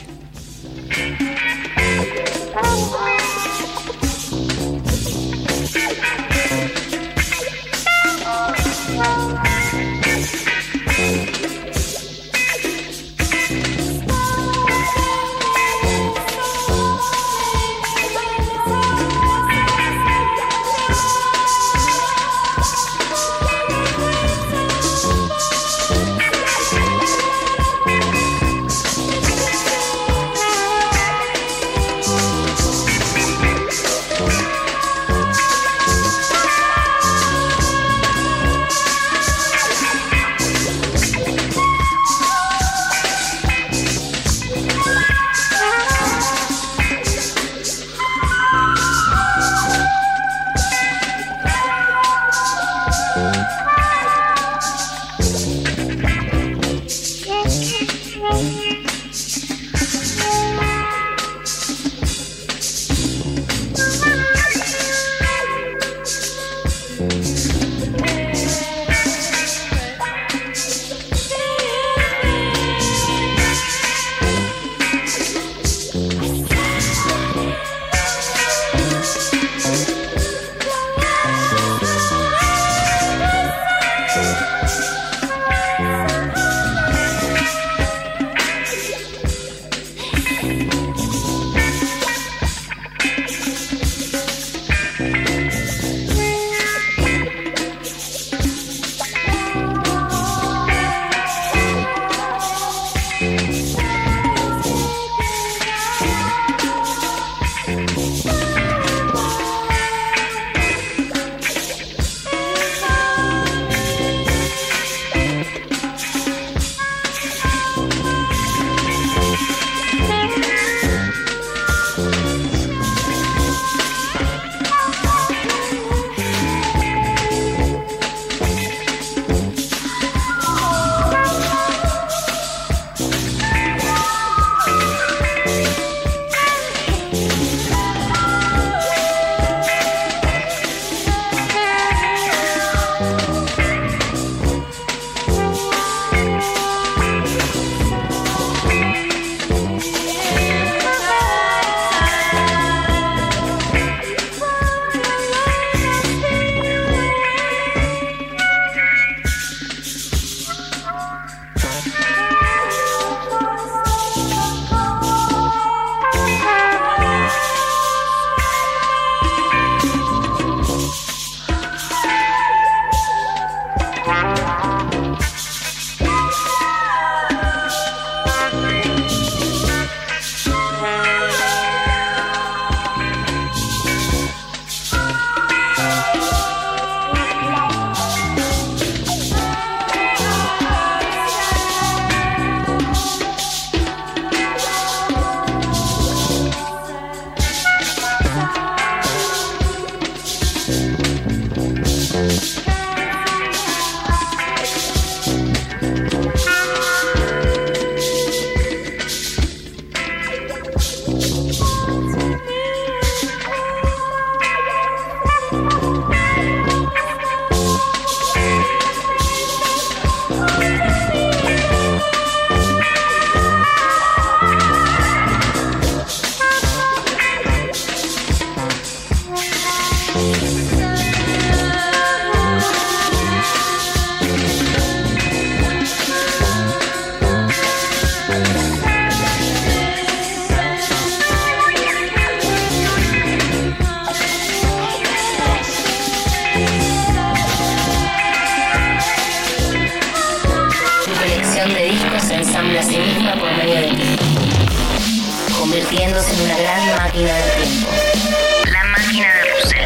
a sí misma por medio de ti, convirtiéndose en una gran máquina del tiempo. La máquina de Russell.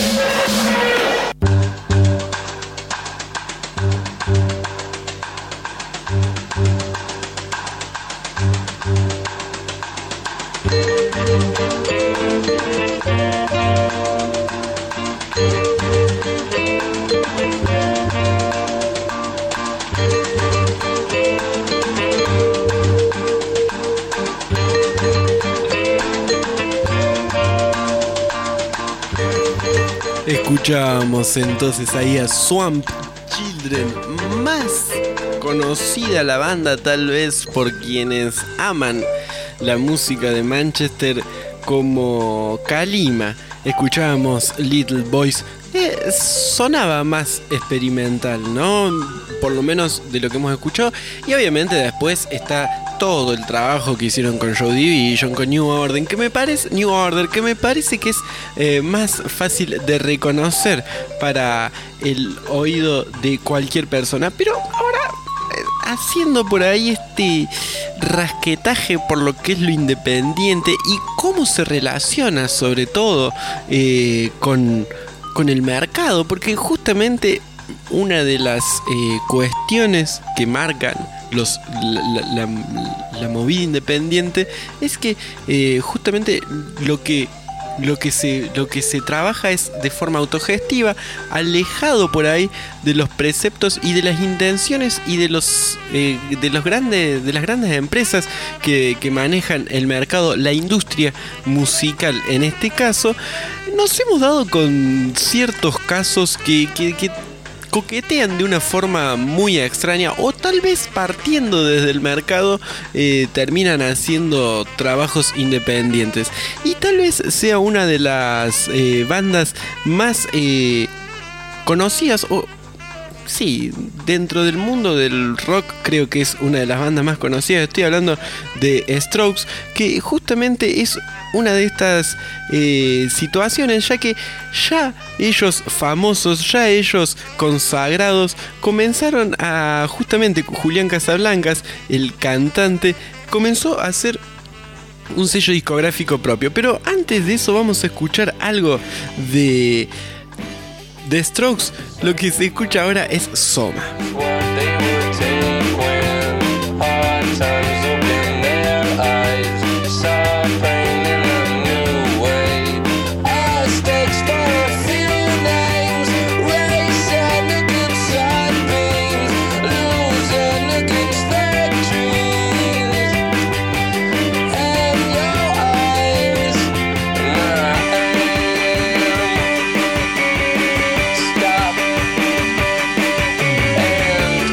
Escuchamos entonces ahí a Swamp Children, más conocida la banda tal vez por quienes aman la música de Manchester como Kalima. Escuchábamos Little Boys, sonaba más experimental, ¿no? Por lo menos de lo que hemos escuchado. Y obviamente después está todo el trabajo que hicieron con Joy Division, con New Order, que me parece que es más fácil de reconocer para el oído de cualquier persona. Pero ahora, haciendo por ahí este rasquetaje por lo que es lo independiente y cómo se relaciona sobre todo con el mercado, porque justamente una de las cuestiones que marcan la movida independiente es que justamente lo que se trabaja es de forma autogestiva, alejado por ahí de los preceptos y de las intenciones y de las grandes empresas que manejan el mercado, la industria musical. En este caso, nos hemos dado con ciertos casos que coquetean de una forma muy extraña, o tal vez partiendo desde el mercado terminan haciendo trabajos independientes, y tal vez sea una de las bandas más conocidas, o sí, dentro del mundo del rock creo que es una de las bandas más conocidas. Estoy hablando de Strokes, que justamente es una de estas situaciones, ya que ya ellos famosos, ya ellos consagrados, comenzaron a, justamente Julián Casablancas, el cantante, comenzó a hacer un sello discográfico propio. Pero antes de eso vamos a escuchar algo de Strokes. Lo que se escucha ahora es Soma. Stop.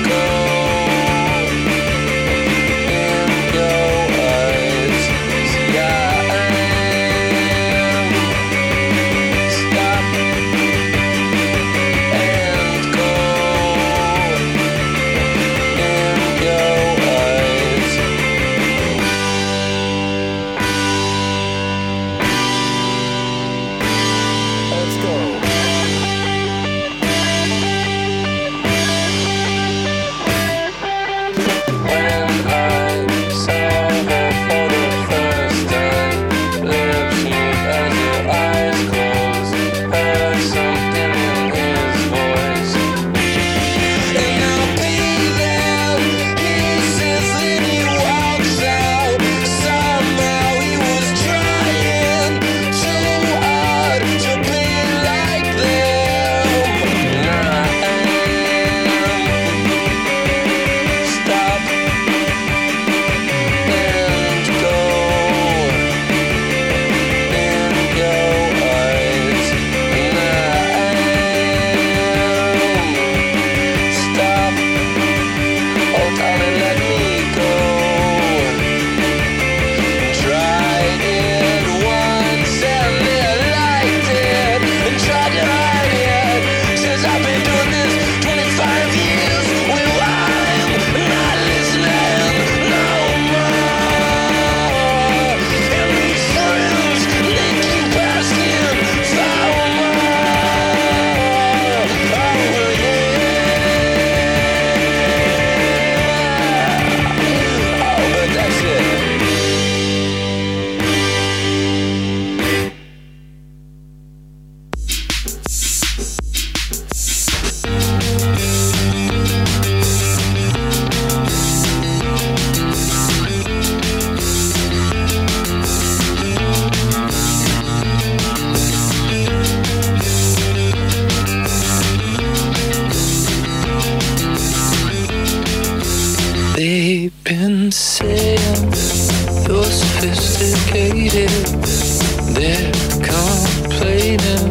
been saying you're sophisticated. They're complaining,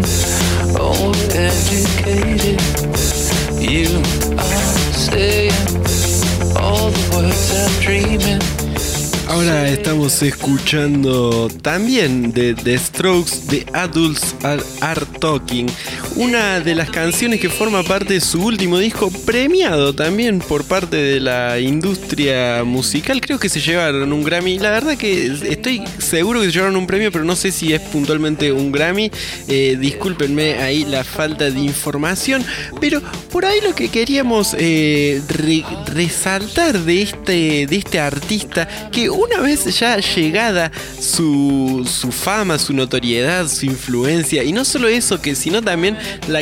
overeducated. You are saying all the words I'm dreaming. Ahora estamos escuchando también de The Strokes, The Adults Are Talking, una de las canciones que forma parte de su último disco, premiado también por parte de la industria musical. Creo que se llevaron un Grammy. La verdad que estoy seguro que se llevaron un premio, pero no sé si es puntualmente un Grammy. Discúlpenme ahí la falta de información, pero por ahí lo que queríamos resaltar de este artista, que una vez ya llegada su fama, su notoriedad, su influencia, y no solo eso, sino también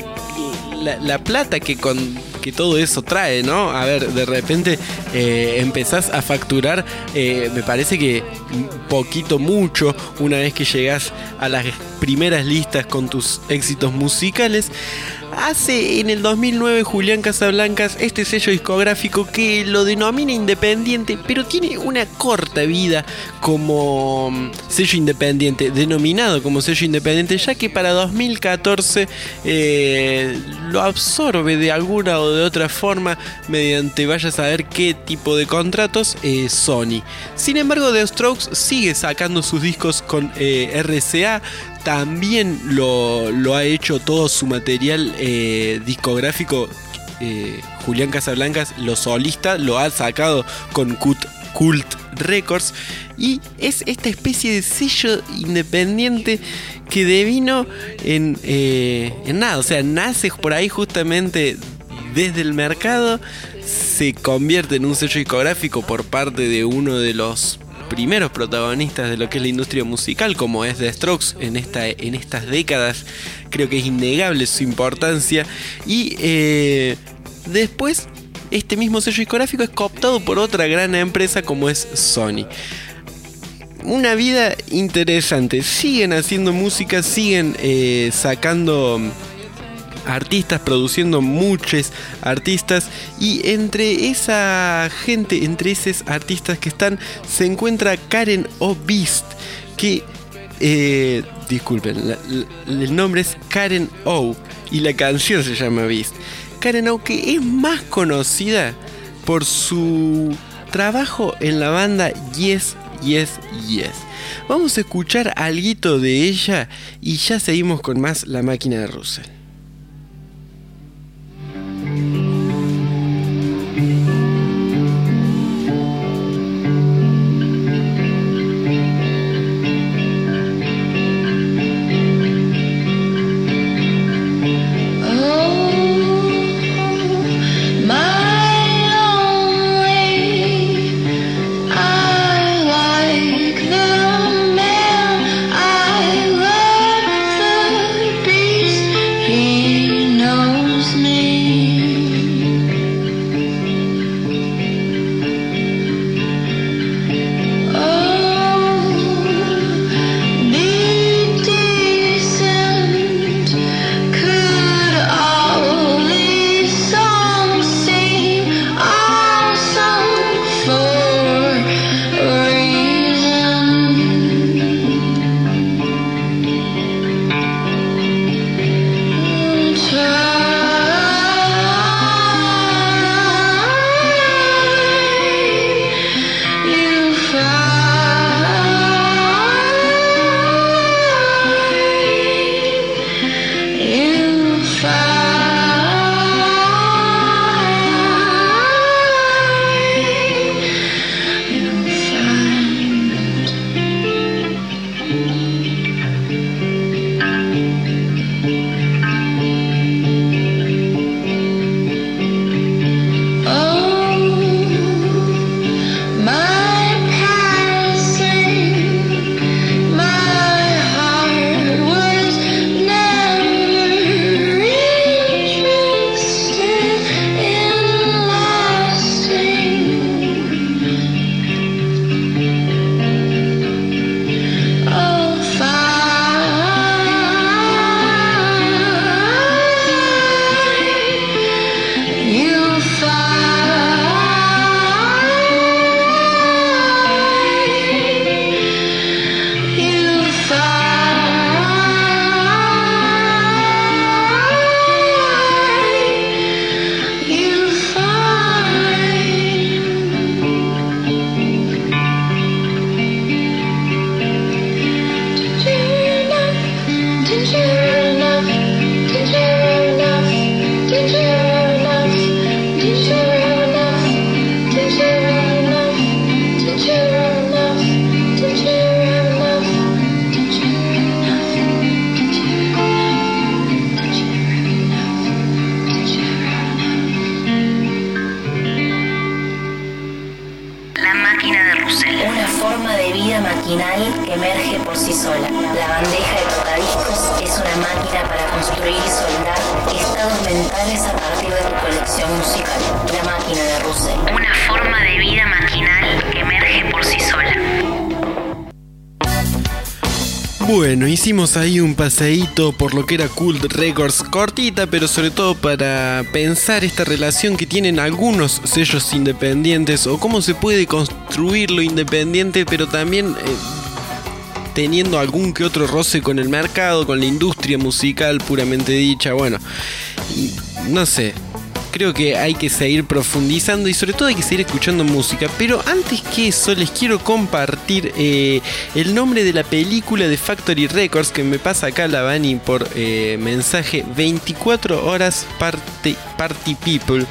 la plata que todo eso trae, ¿no? A ver, de repente empezás a facturar, me parece que poquito, mucho, una vez que llegás a las primeras listas con tus éxitos musicales. Hace en el 2009 Julián Casablancas este sello discográfico que lo denomina independiente, pero tiene una corta vida como sello independiente, denominado como sello independiente, ya que para 2014 lo absorbe de alguna o de otra forma mediante vaya a saber qué tipo de contratos Sony. Sin embargo, The Strokes sigue sacando sus discos con RCA. También lo ha hecho todo su material discográfico. Julián Casablancas, lo solista, lo ha sacado con Cult Records. Y es esta especie de sello independiente que devino en nada. O sea, nace por ahí justamente desde el mercado. Se convierte en un sello discográfico por parte de uno de los primeros protagonistas de lo que es la industria musical, como es The Strokes en estas décadas. Creo que es innegable su importancia. Y después este mismo sello discográfico es cooptado por otra gran empresa como es Sony. Una vida interesante. Siguen haciendo música, siguen sacando artistas, produciendo muchos artistas, y entre esa gente, entre esos artistas que están, se encuentra Karen O Beast, que disculpen, el nombre es Karen O y la canción se llama Beast. Karen O, que es más conocida por su trabajo en la banda Yes, Yes, Yes. Vamos a escuchar alguito de ella y ya seguimos con más La Máquina de Russell. He vida maquinal que emerge por sí sola. La bandeja de tocadiscos es una máquina para construir y soldar estados mentales a partir de tu colección musical. La máquina de Russell. Una forma de vida maquinal que emerge por sí sola. Bueno, hicimos ahí un paseíto por lo que era Cult Records, cortita, pero sobre todo para pensar esta relación que tienen algunos sellos independientes o cómo se puede construir lo independiente, pero también teniendo algún que otro roce con el mercado, con la industria musical puramente dicha. Bueno, no sé. Creo que hay que seguir profundizando y sobre todo hay que seguir escuchando música. Pero antes que eso les quiero compartir el nombre de la película de Factory Records que me pasa acá la Vani por mensaje. 24 horas Party People.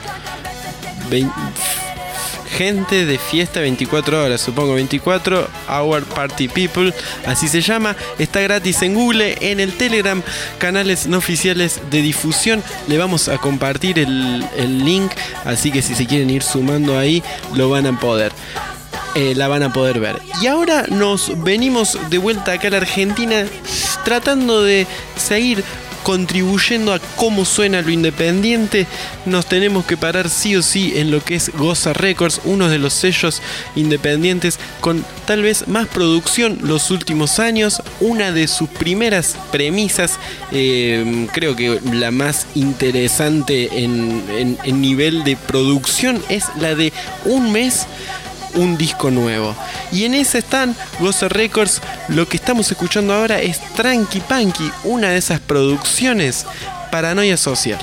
Gente de fiesta 24 horas, supongo 24 Hour Party People, así se llama. Está gratis en Google, en el Telegram, canales no oficiales de difusión. Le vamos a compartir el link, así que si se quieren ir sumando ahí, lo van a poder. La van a poder ver. Y ahora nos venimos de vuelta acá a la Argentina, tratando de seguir contribuyendo a cómo suena lo independiente. Nos tenemos que parar sí o sí en lo que es Goza Records, uno de los sellos independientes con tal vez más producción los últimos años. Una de sus primeras premisas, creo que la más interesante en nivel de producción, es la de un mes un disco nuevo. Y en ese están Goza Records. Lo que estamos escuchando ahora es Tranqui Punky, una de esas producciones, Paranoia Social.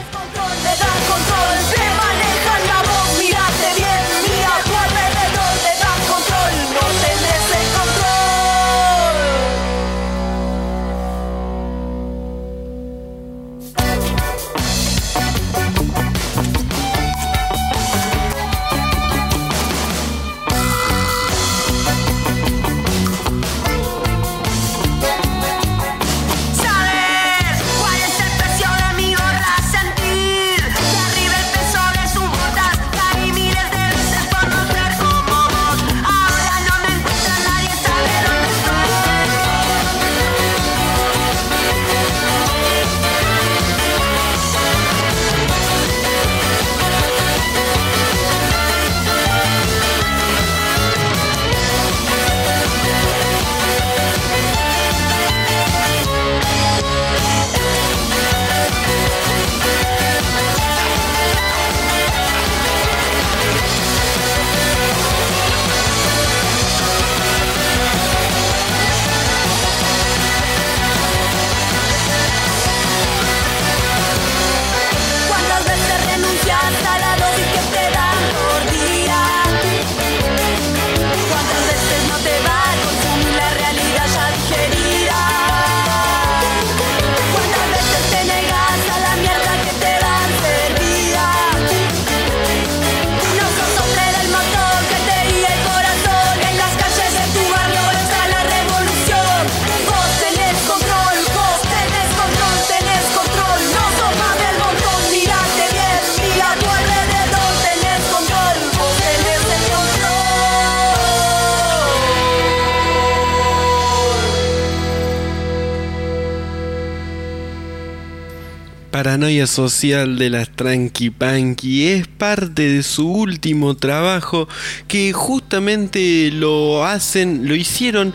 Paranoia Social de las Tranqui Punky es parte de su último trabajo, que justamente lo hicieron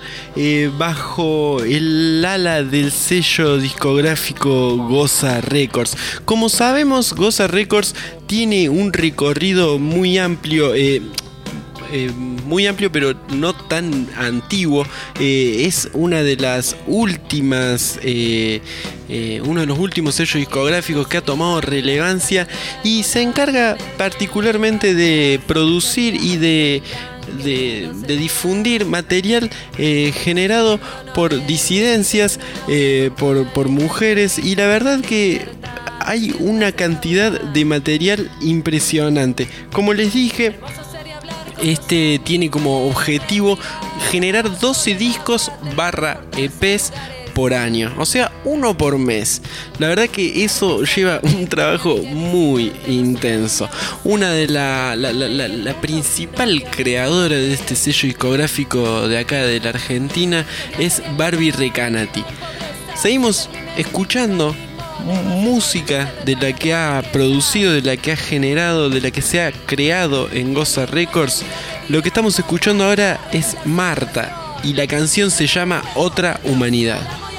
bajo el ala del sello discográfico Goza Records. Como sabemos, Goza Records tiene un recorrido muy amplio, pero no tan antiguo. Es una de las últimas, uno de los últimos sellos discográficos que ha tomado relevancia y se encarga particularmente de producir y de difundir material generado por disidencias, por mujeres, y la verdad que hay una cantidad de material impresionante. Como les dije, este tiene como objetivo generar 12 discos / EPs por año, o sea, uno por mes. La verdad que eso lleva un trabajo muy intenso. Una de la principal creadora de este sello discográfico de acá de la Argentina es Barbie Recanati. Seguimos escuchando música de la que ha producido, de la que ha generado, de la que se ha creado en Goza Records. Lo que estamos escuchando ahora es Marta y la canción se llama Otra Humanidad.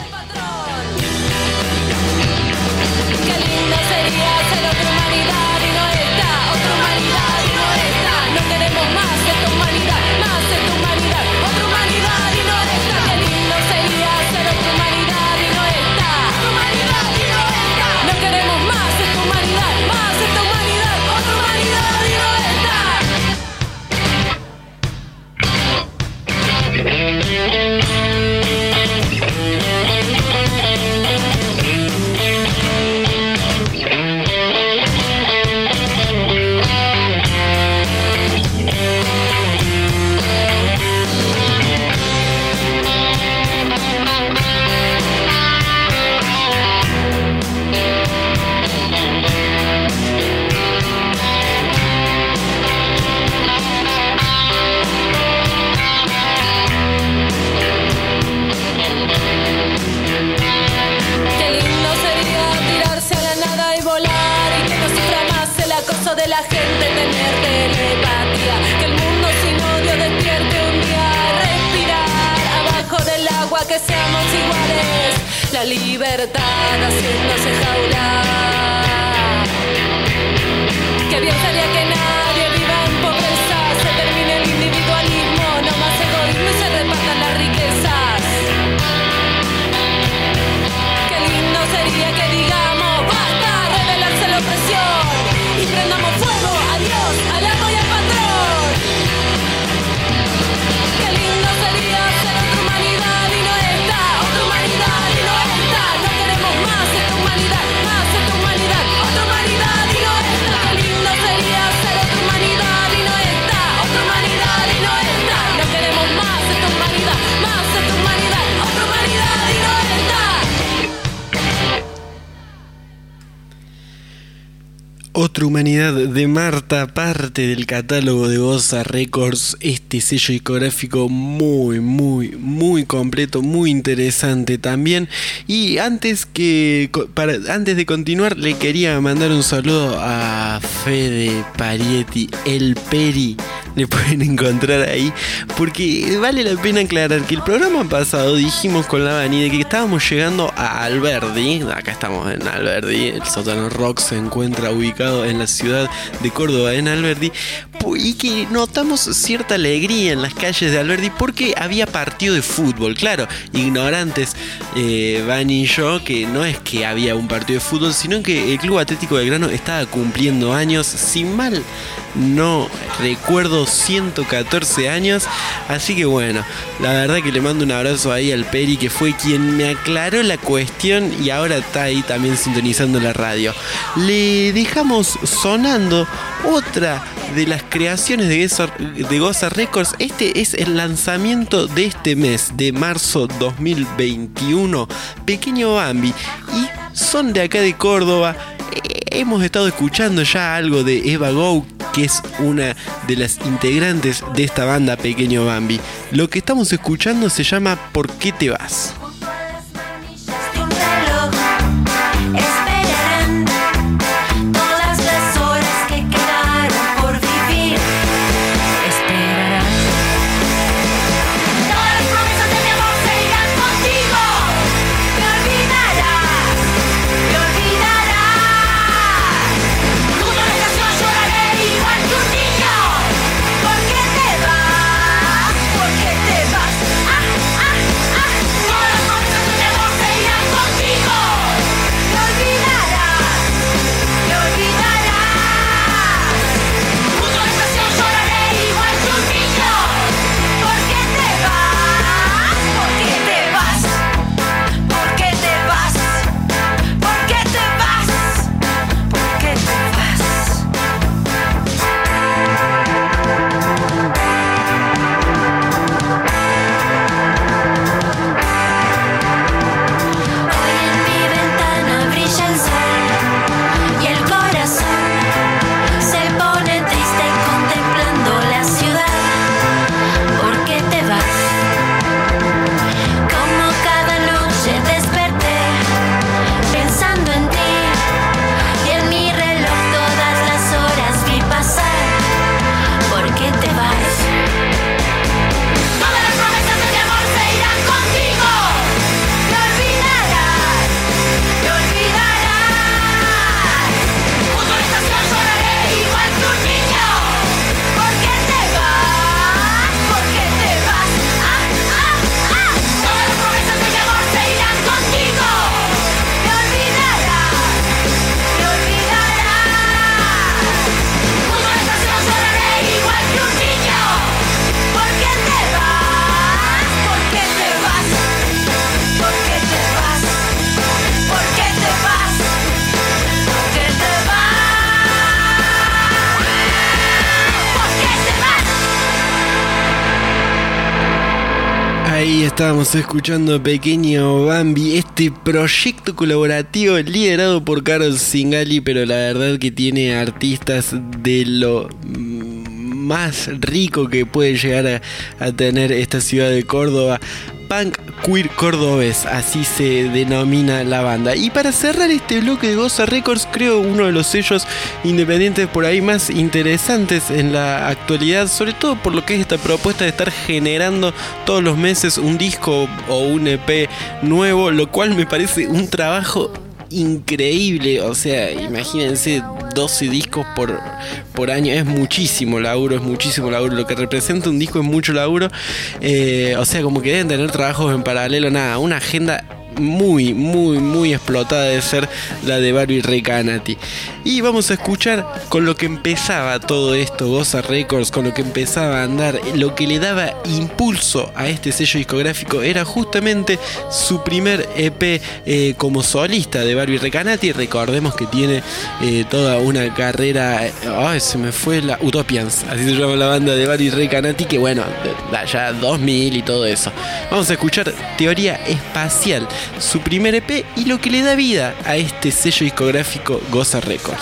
Que seamos iguales, la libertad haciéndose jaula. Que bien sería que nadie viva en pobreza, se termine el individualismo, no más egoísmo y se repartan las riquezas. Qué lindo sería que digamos basta, rebelarse la opresión y prendamos fuego a Dios, al amo y al patrón. Qué lindo sería ser otra humanidad. Otra Humanidad de Marta, parte del catálogo de Goza Records, este sello discográfico muy completo, muy interesante también. Y antes de continuar, le quería mandar un saludo a Fede Parietti, el Peri. Le pueden encontrar ahí, porque vale la pena aclarar que el programa pasado dijimos con la Vani de que estábamos llegando a Alberdi. Acá estamos en Alberdi, el Sótano Rock se encuentra ubicado en la ciudad de Córdoba, en Alberdi, y que notamos cierta alegría en las calles de Alberdi porque había partido de fútbol. Claro, ignorantes Vani y yo, que no es que había un partido de fútbol, sino que el Club Atlético Belgrano estaba cumpliendo años, sin mal no recuerdo, 114 años. Así que bueno, la verdad que le mando un abrazo ahí al Peri, que fue quien me aclaró la cuestión y ahora está ahí también sintonizando la radio. Le dejamos sonando otra de las creaciones de Goza Records. Este es el lanzamiento de este mes de marzo 2021, Pequeño Bambi, y son de acá de Córdoba. Hemos estado escuchando ya algo de Eva Go, que es una de las integrantes de esta banda Pequeño Bambi. Lo que estamos escuchando se llama ¿Por qué te vas? ¿Por qué te vas? Ahí estábamos escuchando Pequeño Bambi, este proyecto colaborativo liderado por Karol Singali, pero la verdad que tiene artistas de lo más rico que puede llegar a tener esta ciudad de Córdoba. Punk Queer Cordobés, así se denomina la banda. Y para cerrar este bloque de Goza Records, creo uno de los sellos independientes por ahí más interesantes en la actualidad, sobre todo por lo que es esta propuesta de estar generando todos los meses un disco o un EP nuevo, lo cual me parece un trabajo increíble. O sea, imagínense 12 discos por año, es muchísimo laburo, lo que representa un disco es mucho laburo, o sea, como que deben tener trabajos en paralelo, nada, una agenda muy explotada de ser la de Barbie Recanati. Y vamos a escuchar con lo que empezaba todo esto, Goza Records, con lo que empezaba a andar, lo que le daba impulso a este sello discográfico era justamente su primer EP como solista de Barbie Recanati. Recordemos que tiene toda una carrera, se me fue la Utopians, así se llama la banda de Barbie Recanati, que bueno, ya 2000 y todo eso. Vamos a escuchar Teoría Espacial, su primer EP y lo que le da vida a este sello discográfico Goza Records.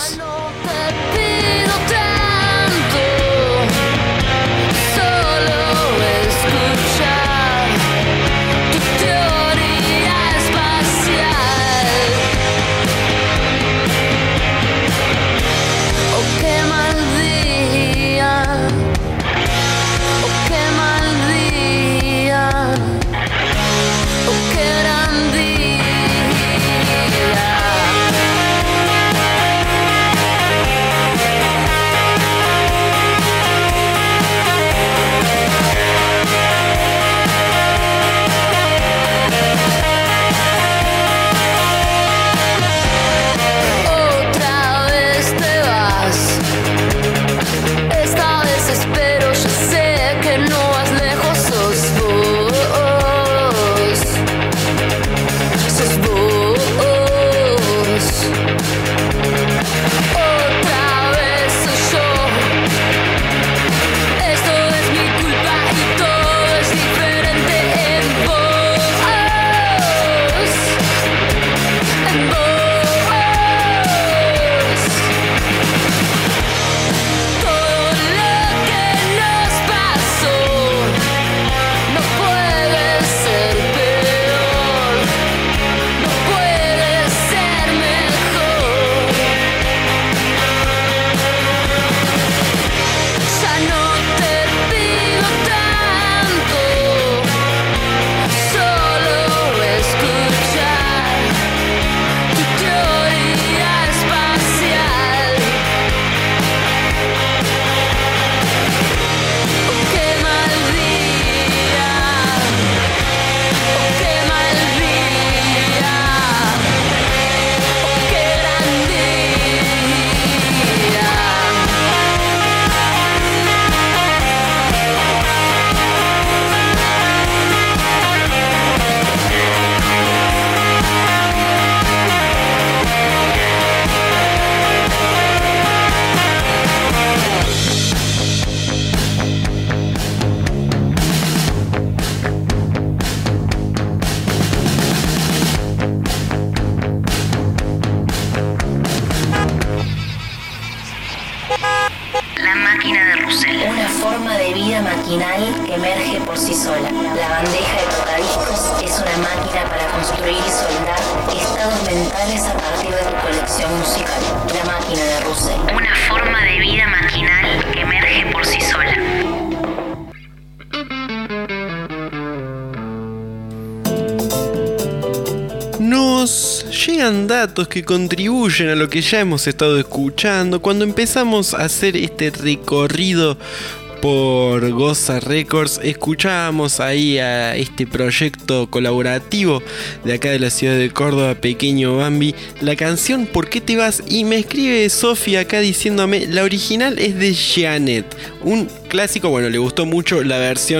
Datos que contribuyen a lo que ya hemos estado escuchando cuando empezamos a hacer este recorrido por Goza Records. Escuchábamos ahí a este proyecto colaborativo de acá de la ciudad de Córdoba, Pequeño Bambi, la canción ¿Por qué te vas? Y me escribe Sofía acá diciéndome la original es de Janet, un clásico. Bueno, le gustó mucho la versión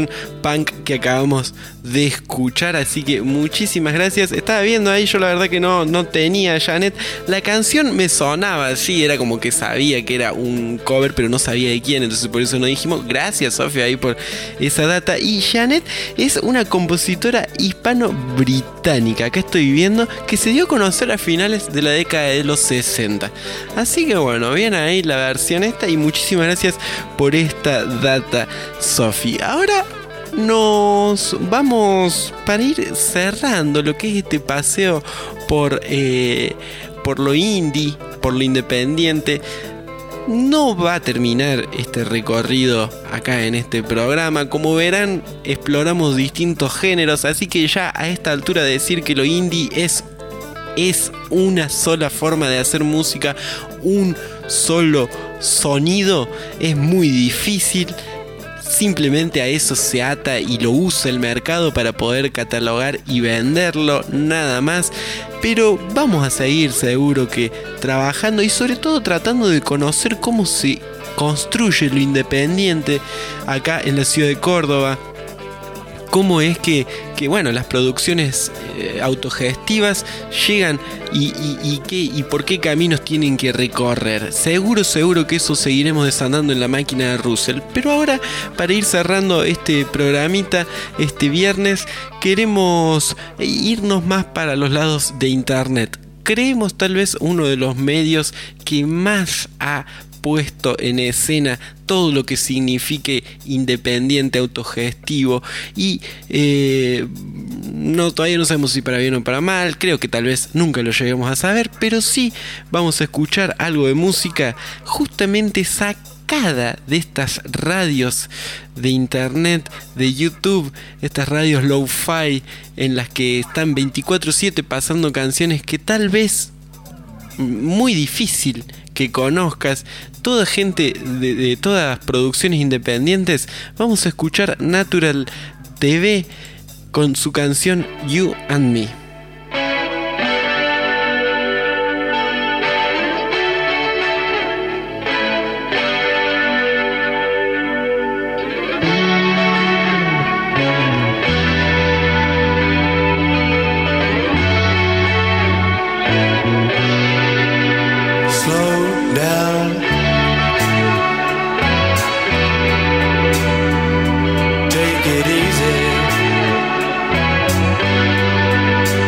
punk que acabamos de escuchar, así que muchísimas gracias. Estaba viendo ahí, yo la verdad que no tenía Janet. La canción me sonaba así, era como que sabía que era un cover, pero no sabía de quién, entonces por eso no dijimos. Gracias, Sofía, ahí por esa data. Y Janet es una compositora hispano-británica, acá estoy viendo, que se dio a conocer a finales de la década de los 60. Así que bueno, bien ahí la versión esta, y muchísimas gracias por esta data, Sofía. Ahora nos vamos para ir cerrando lo que es este paseo por lo indie, por lo independiente. No va a terminar este recorrido acá en este programa. Como verán, exploramos distintos géneros, así que ya a esta altura decir que lo indie es una sola forma de hacer música, un solo sonido, es muy difícil. Simplemente a eso se ata y lo usa el mercado para poder catalogar y venderlo, nada más. Pero vamos a seguir seguro que trabajando y sobre todo tratando de conocer cómo se construye lo independiente acá en la ciudad de Córdoba. Cómo es que bueno, las producciones autogestivas llegan y por qué caminos tienen que recorrer. Seguro que eso seguiremos desandando en la máquina de Russell. Pero ahora, para ir cerrando este programita, este viernes, queremos irnos más para los lados de internet. Creemos tal vez uno de los medios que más ha puesto en escena todo lo que signifique independiente, autogestivo, y todavía no sabemos si para bien o para mal. Creo que tal vez nunca lo lleguemos a saber, pero sí vamos a escuchar algo de música justamente sacada de estas radios de internet, de YouTube, estas radios lo-fi en las que están 24/7 pasando canciones que tal vez muy difícil que conozcas, toda gente de todas producciones independientes. Vamos a escuchar Natural TV con su canción You and Me. Take it easy.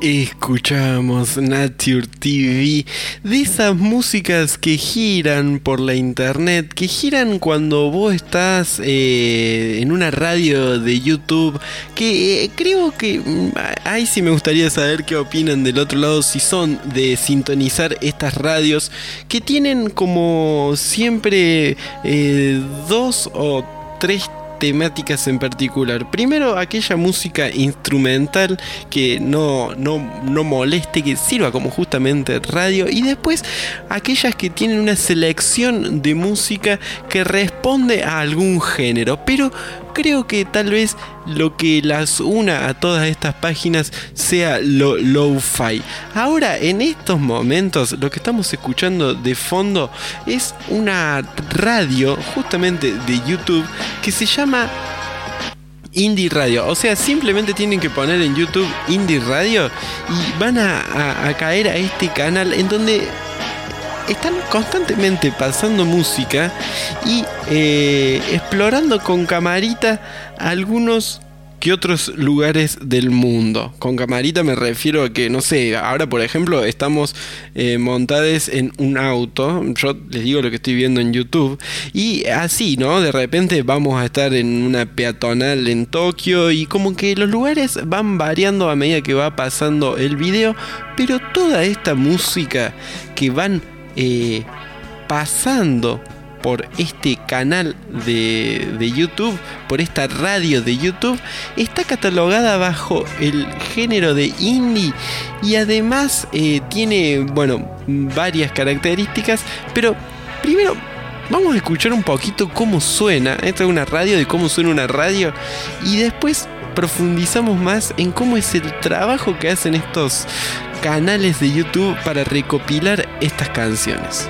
Escuchamos Nature TV, de esas músicas que giran por la internet, que giran cuando vos estás en una radio de YouTube, que creo que ahí sí me gustaría saber qué opinan del otro lado, si son de sintonizar estas radios que tienen como siempre 2 o 3 temáticas en particular. Primero, aquella música instrumental que no moleste, que sirva como justamente radio, y después aquellas que tienen una selección de música que responde a algún género, pero creo que tal vez lo que las una a todas estas páginas sea lo lo-fi. Ahora, en estos momentos, lo que estamos escuchando de fondo es una radio justamente de YouTube que se llama Indie Radio. O sea, simplemente tienen que poner en YouTube Indie Radio y van a caer a este canal en donde están constantemente pasando música y explorando con camarita algunos que otros lugares del mundo. Con camarita me refiero a que, no sé, ahora por ejemplo estamos montados en un auto. Yo les digo lo que estoy viendo en YouTube, y así, ¿no? De repente vamos a estar en una peatonal en Tokio, y como que los lugares van variando a medida que va pasando el video, pero toda esta música que van pasando por este canal de YouTube, por esta radio de YouTube, está catalogada bajo el género de indie, y además tiene, bueno, varias características. Pero primero vamos a escuchar un poquito cómo suena. Esta es una radio, de cómo suena una radio, y después profundizamos más en cómo es el trabajo que hacen estos canales de YouTube para recopilar estas canciones.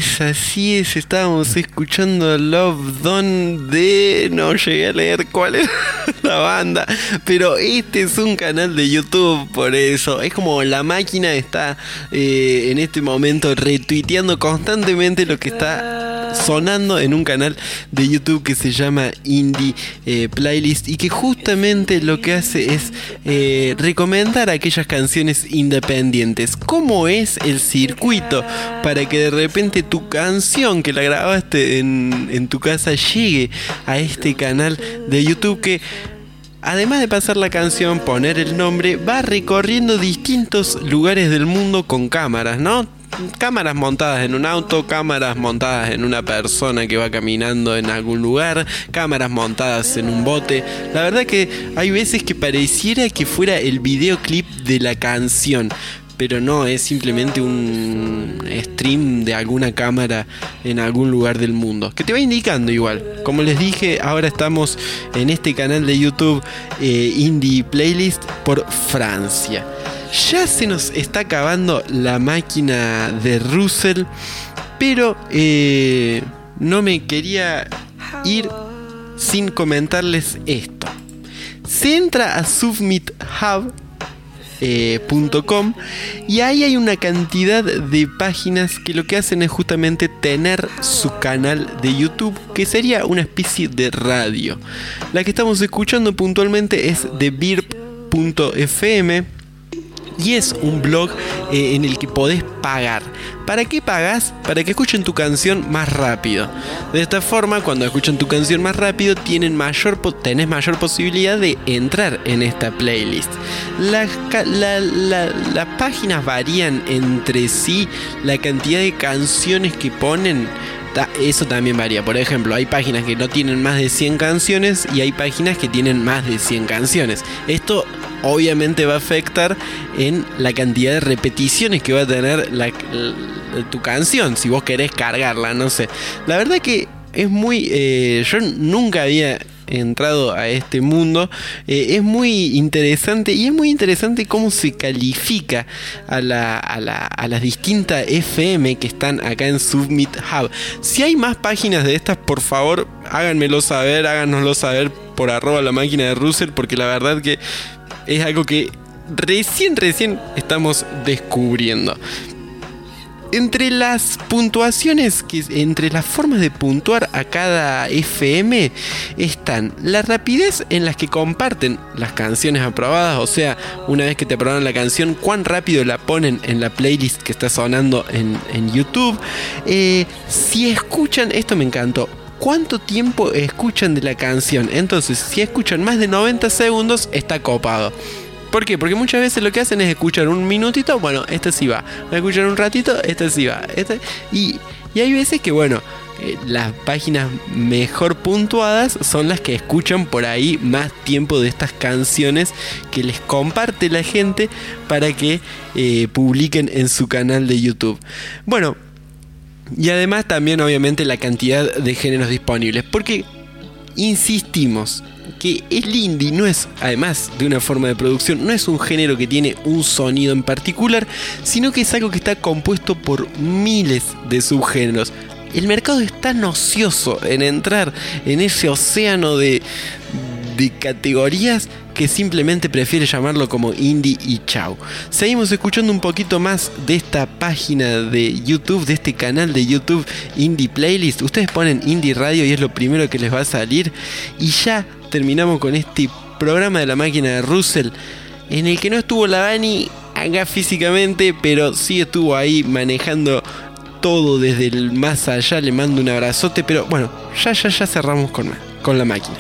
así es, estábamos escuchando Love Done de... No llegué a leer cuál era la banda, pero este es un canal de YouTube, por eso. Es como La Máquina está en este momento retuiteando constantemente lo que está sonando en un canal de YouTube que se llama Indie Playlist, y que justamente lo que hace es recomendar aquellas canciones independientes. ¿Cómo es el circuito para que de repente tu canción que la grabaste en tu casa llegue a este canal de YouTube que, además de pasar la canción, poner el nombre, va recorriendo distintos lugares del mundo con cámaras, ¿no? Cámaras montadas en un auto, cámaras montadas en una persona que va caminando en algún lugar, cámaras montadas en un bote. La verdad que hay veces que pareciera que fuera el videoclip de la canción, pero no, es simplemente un stream de alguna cámara en algún lugar del mundo, que te va indicando igual. Como les dije, ahora estamos en este canal de YouTube Indie Playlist por Francia. Ya se nos está acabando la máquina de Russell, pero no me quería ir sin comentarles esto. Se entra a submithub.com y ahí hay una cantidad de páginas que lo que hacen es justamente tener su canal de YouTube, que sería una especie de radio. La que estamos escuchando puntualmente es de birp.fm y es un blog en el que podés pagar. ¿Para qué pagás? Para que escuchen tu canción más rápido. De esta forma, cuando escuchan tu canción más rápido, tenés mayor posibilidad de entrar en esta playlist. Las páginas varían entre sí, la cantidad de canciones que ponen, eso también varía. Por ejemplo, hay páginas que no tienen más de 100 canciones y hay páginas que tienen más de 100 canciones. Esto obviamente va a afectar en la cantidad de repeticiones que va a tener tu canción, si vos querés cargarla, no sé. La verdad que es muy... yo nunca había entrado a este mundo. Es muy interesante, y es muy interesante cómo se califica a las distintas FM que están acá en Submit Hub. Si hay más páginas de estas, por favor háganoslo saber por @la máquina de Russell, porque la verdad que es algo que recién estamos descubriendo. Entre las puntuaciones, entre las formas de puntuar a cada FM están la rapidez en las que comparten las canciones aprobadas, o sea, una vez que te aprobaron la canción, cuán rápido la ponen en la playlist que está sonando en YouTube. Si escuchan, esto me encantó, ¿cuánto tiempo escuchan de la canción? Entonces, si escuchan más de 90 segundos, está copado. ¿Por qué? Porque muchas veces lo que hacen es escuchar un minutito, bueno, esta sí va. Voy a escuchar un ratito, esta sí va. Y hay veces que, bueno, las páginas mejor puntuadas son las que escuchan por ahí más tiempo de estas canciones que les comparte la gente para que publiquen en su canal de YouTube. Bueno, y además también obviamente la cantidad de géneros disponibles, porque insistimos que el indie no es, además de una forma de producción, no es un género que tiene un sonido en particular, sino que es algo que está compuesto por miles de subgéneros. El mercado es tan ocioso en entrar en ese océano de categorías que simplemente prefiere llamarlo como indie y chau. Seguimos escuchando un poquito más de esta página de YouTube, de este canal de YouTube Indie Playlist. Ustedes ponen Indie Radio y es lo primero que les va a salir. Y ya terminamos con este programa de la máquina de Russell, en el que no estuvo la Dani acá físicamente, pero sí estuvo ahí manejando todo desde el más allá. Le mando un abrazote, pero bueno, ya cerramos con la máquina.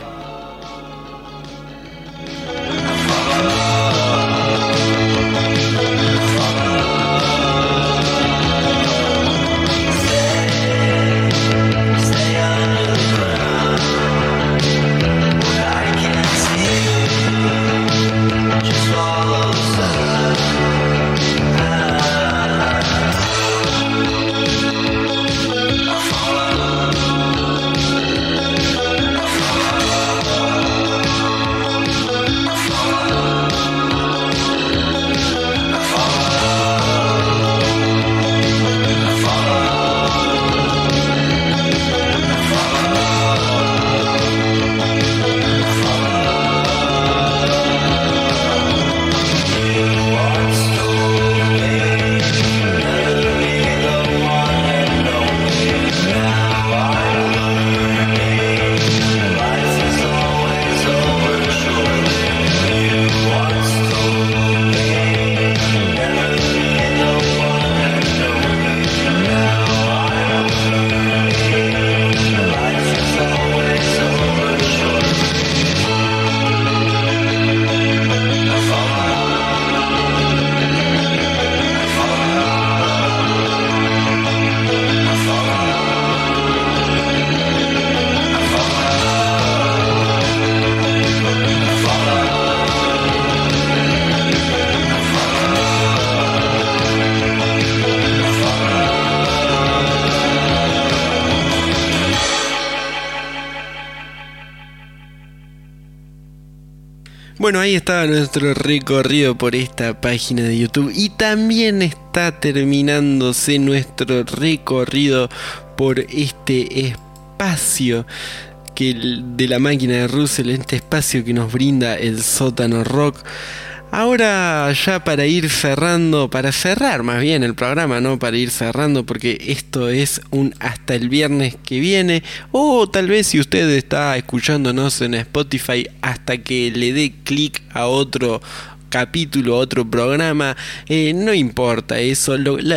Bueno, ahí estaba nuestro recorrido por esta página de YouTube y también está terminándose nuestro recorrido por este espacio de la máquina de Russell, este espacio que nos brinda el Sótano Rock. Ahora ya para ir cerrando, para cerrar más bien el programa, no para ir cerrando, porque esto es un hasta el viernes que viene, o tal vez si usted está escuchándonos en Spotify hasta que le dé clic a otro capítulo, otro programa, no importa eso,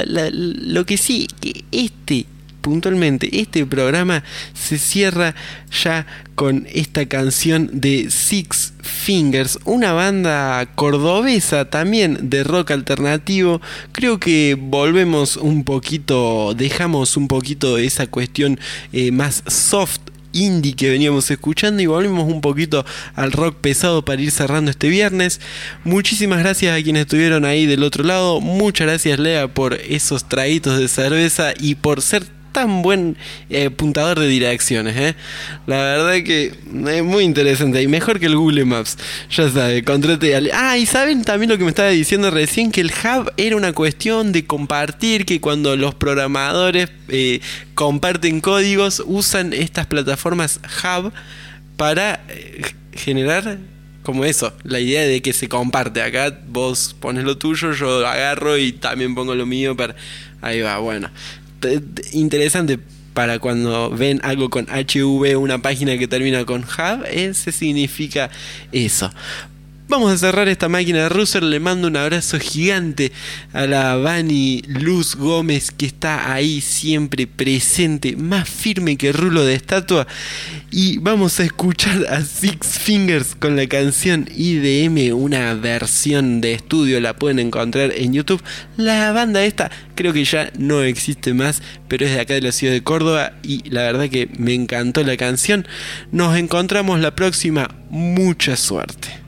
lo que sí, que puntualmente este programa se cierra ya con esta canción de Six Fingers, una banda cordobesa también de rock alternativo. Creo que volvemos un poquito, dejamos un poquito esa cuestión más soft indie que veníamos escuchando y volvemos un poquito al rock pesado para ir cerrando este viernes. Muchísimas gracias a quienes estuvieron ahí del otro lado. Muchas gracias, Lea, por esos traguitos de cerveza y por ser tan buen apuntador de direcciones, La verdad que es muy interesante y mejor que el Google Maps. Ya sabe, contrate y saben también lo que me estaba diciendo recién, que el hub era una cuestión de compartir, que cuando los programadores comparten códigos usan estas plataformas hub para generar como eso, la idea de que se comparte. Acá vos pones lo tuyo, yo agarro y también pongo lo mío para... Ahí va, bueno. Interesante para cuando ven algo con HV, una página que termina con hub, ese significa eso. Vamos a cerrar esta máquina de Russell. Le mando un abrazo gigante a la Vani Luz Gómez, que está ahí siempre presente, más firme que rulo de estatua. Y vamos a escuchar a Six Fingers con la canción IDM, una versión de estudio, la pueden encontrar en YouTube. La banda esta creo que ya no existe más, pero es de acá de la ciudad de Córdoba y la verdad que me encantó la canción. Nos encontramos la próxima, mucha suerte.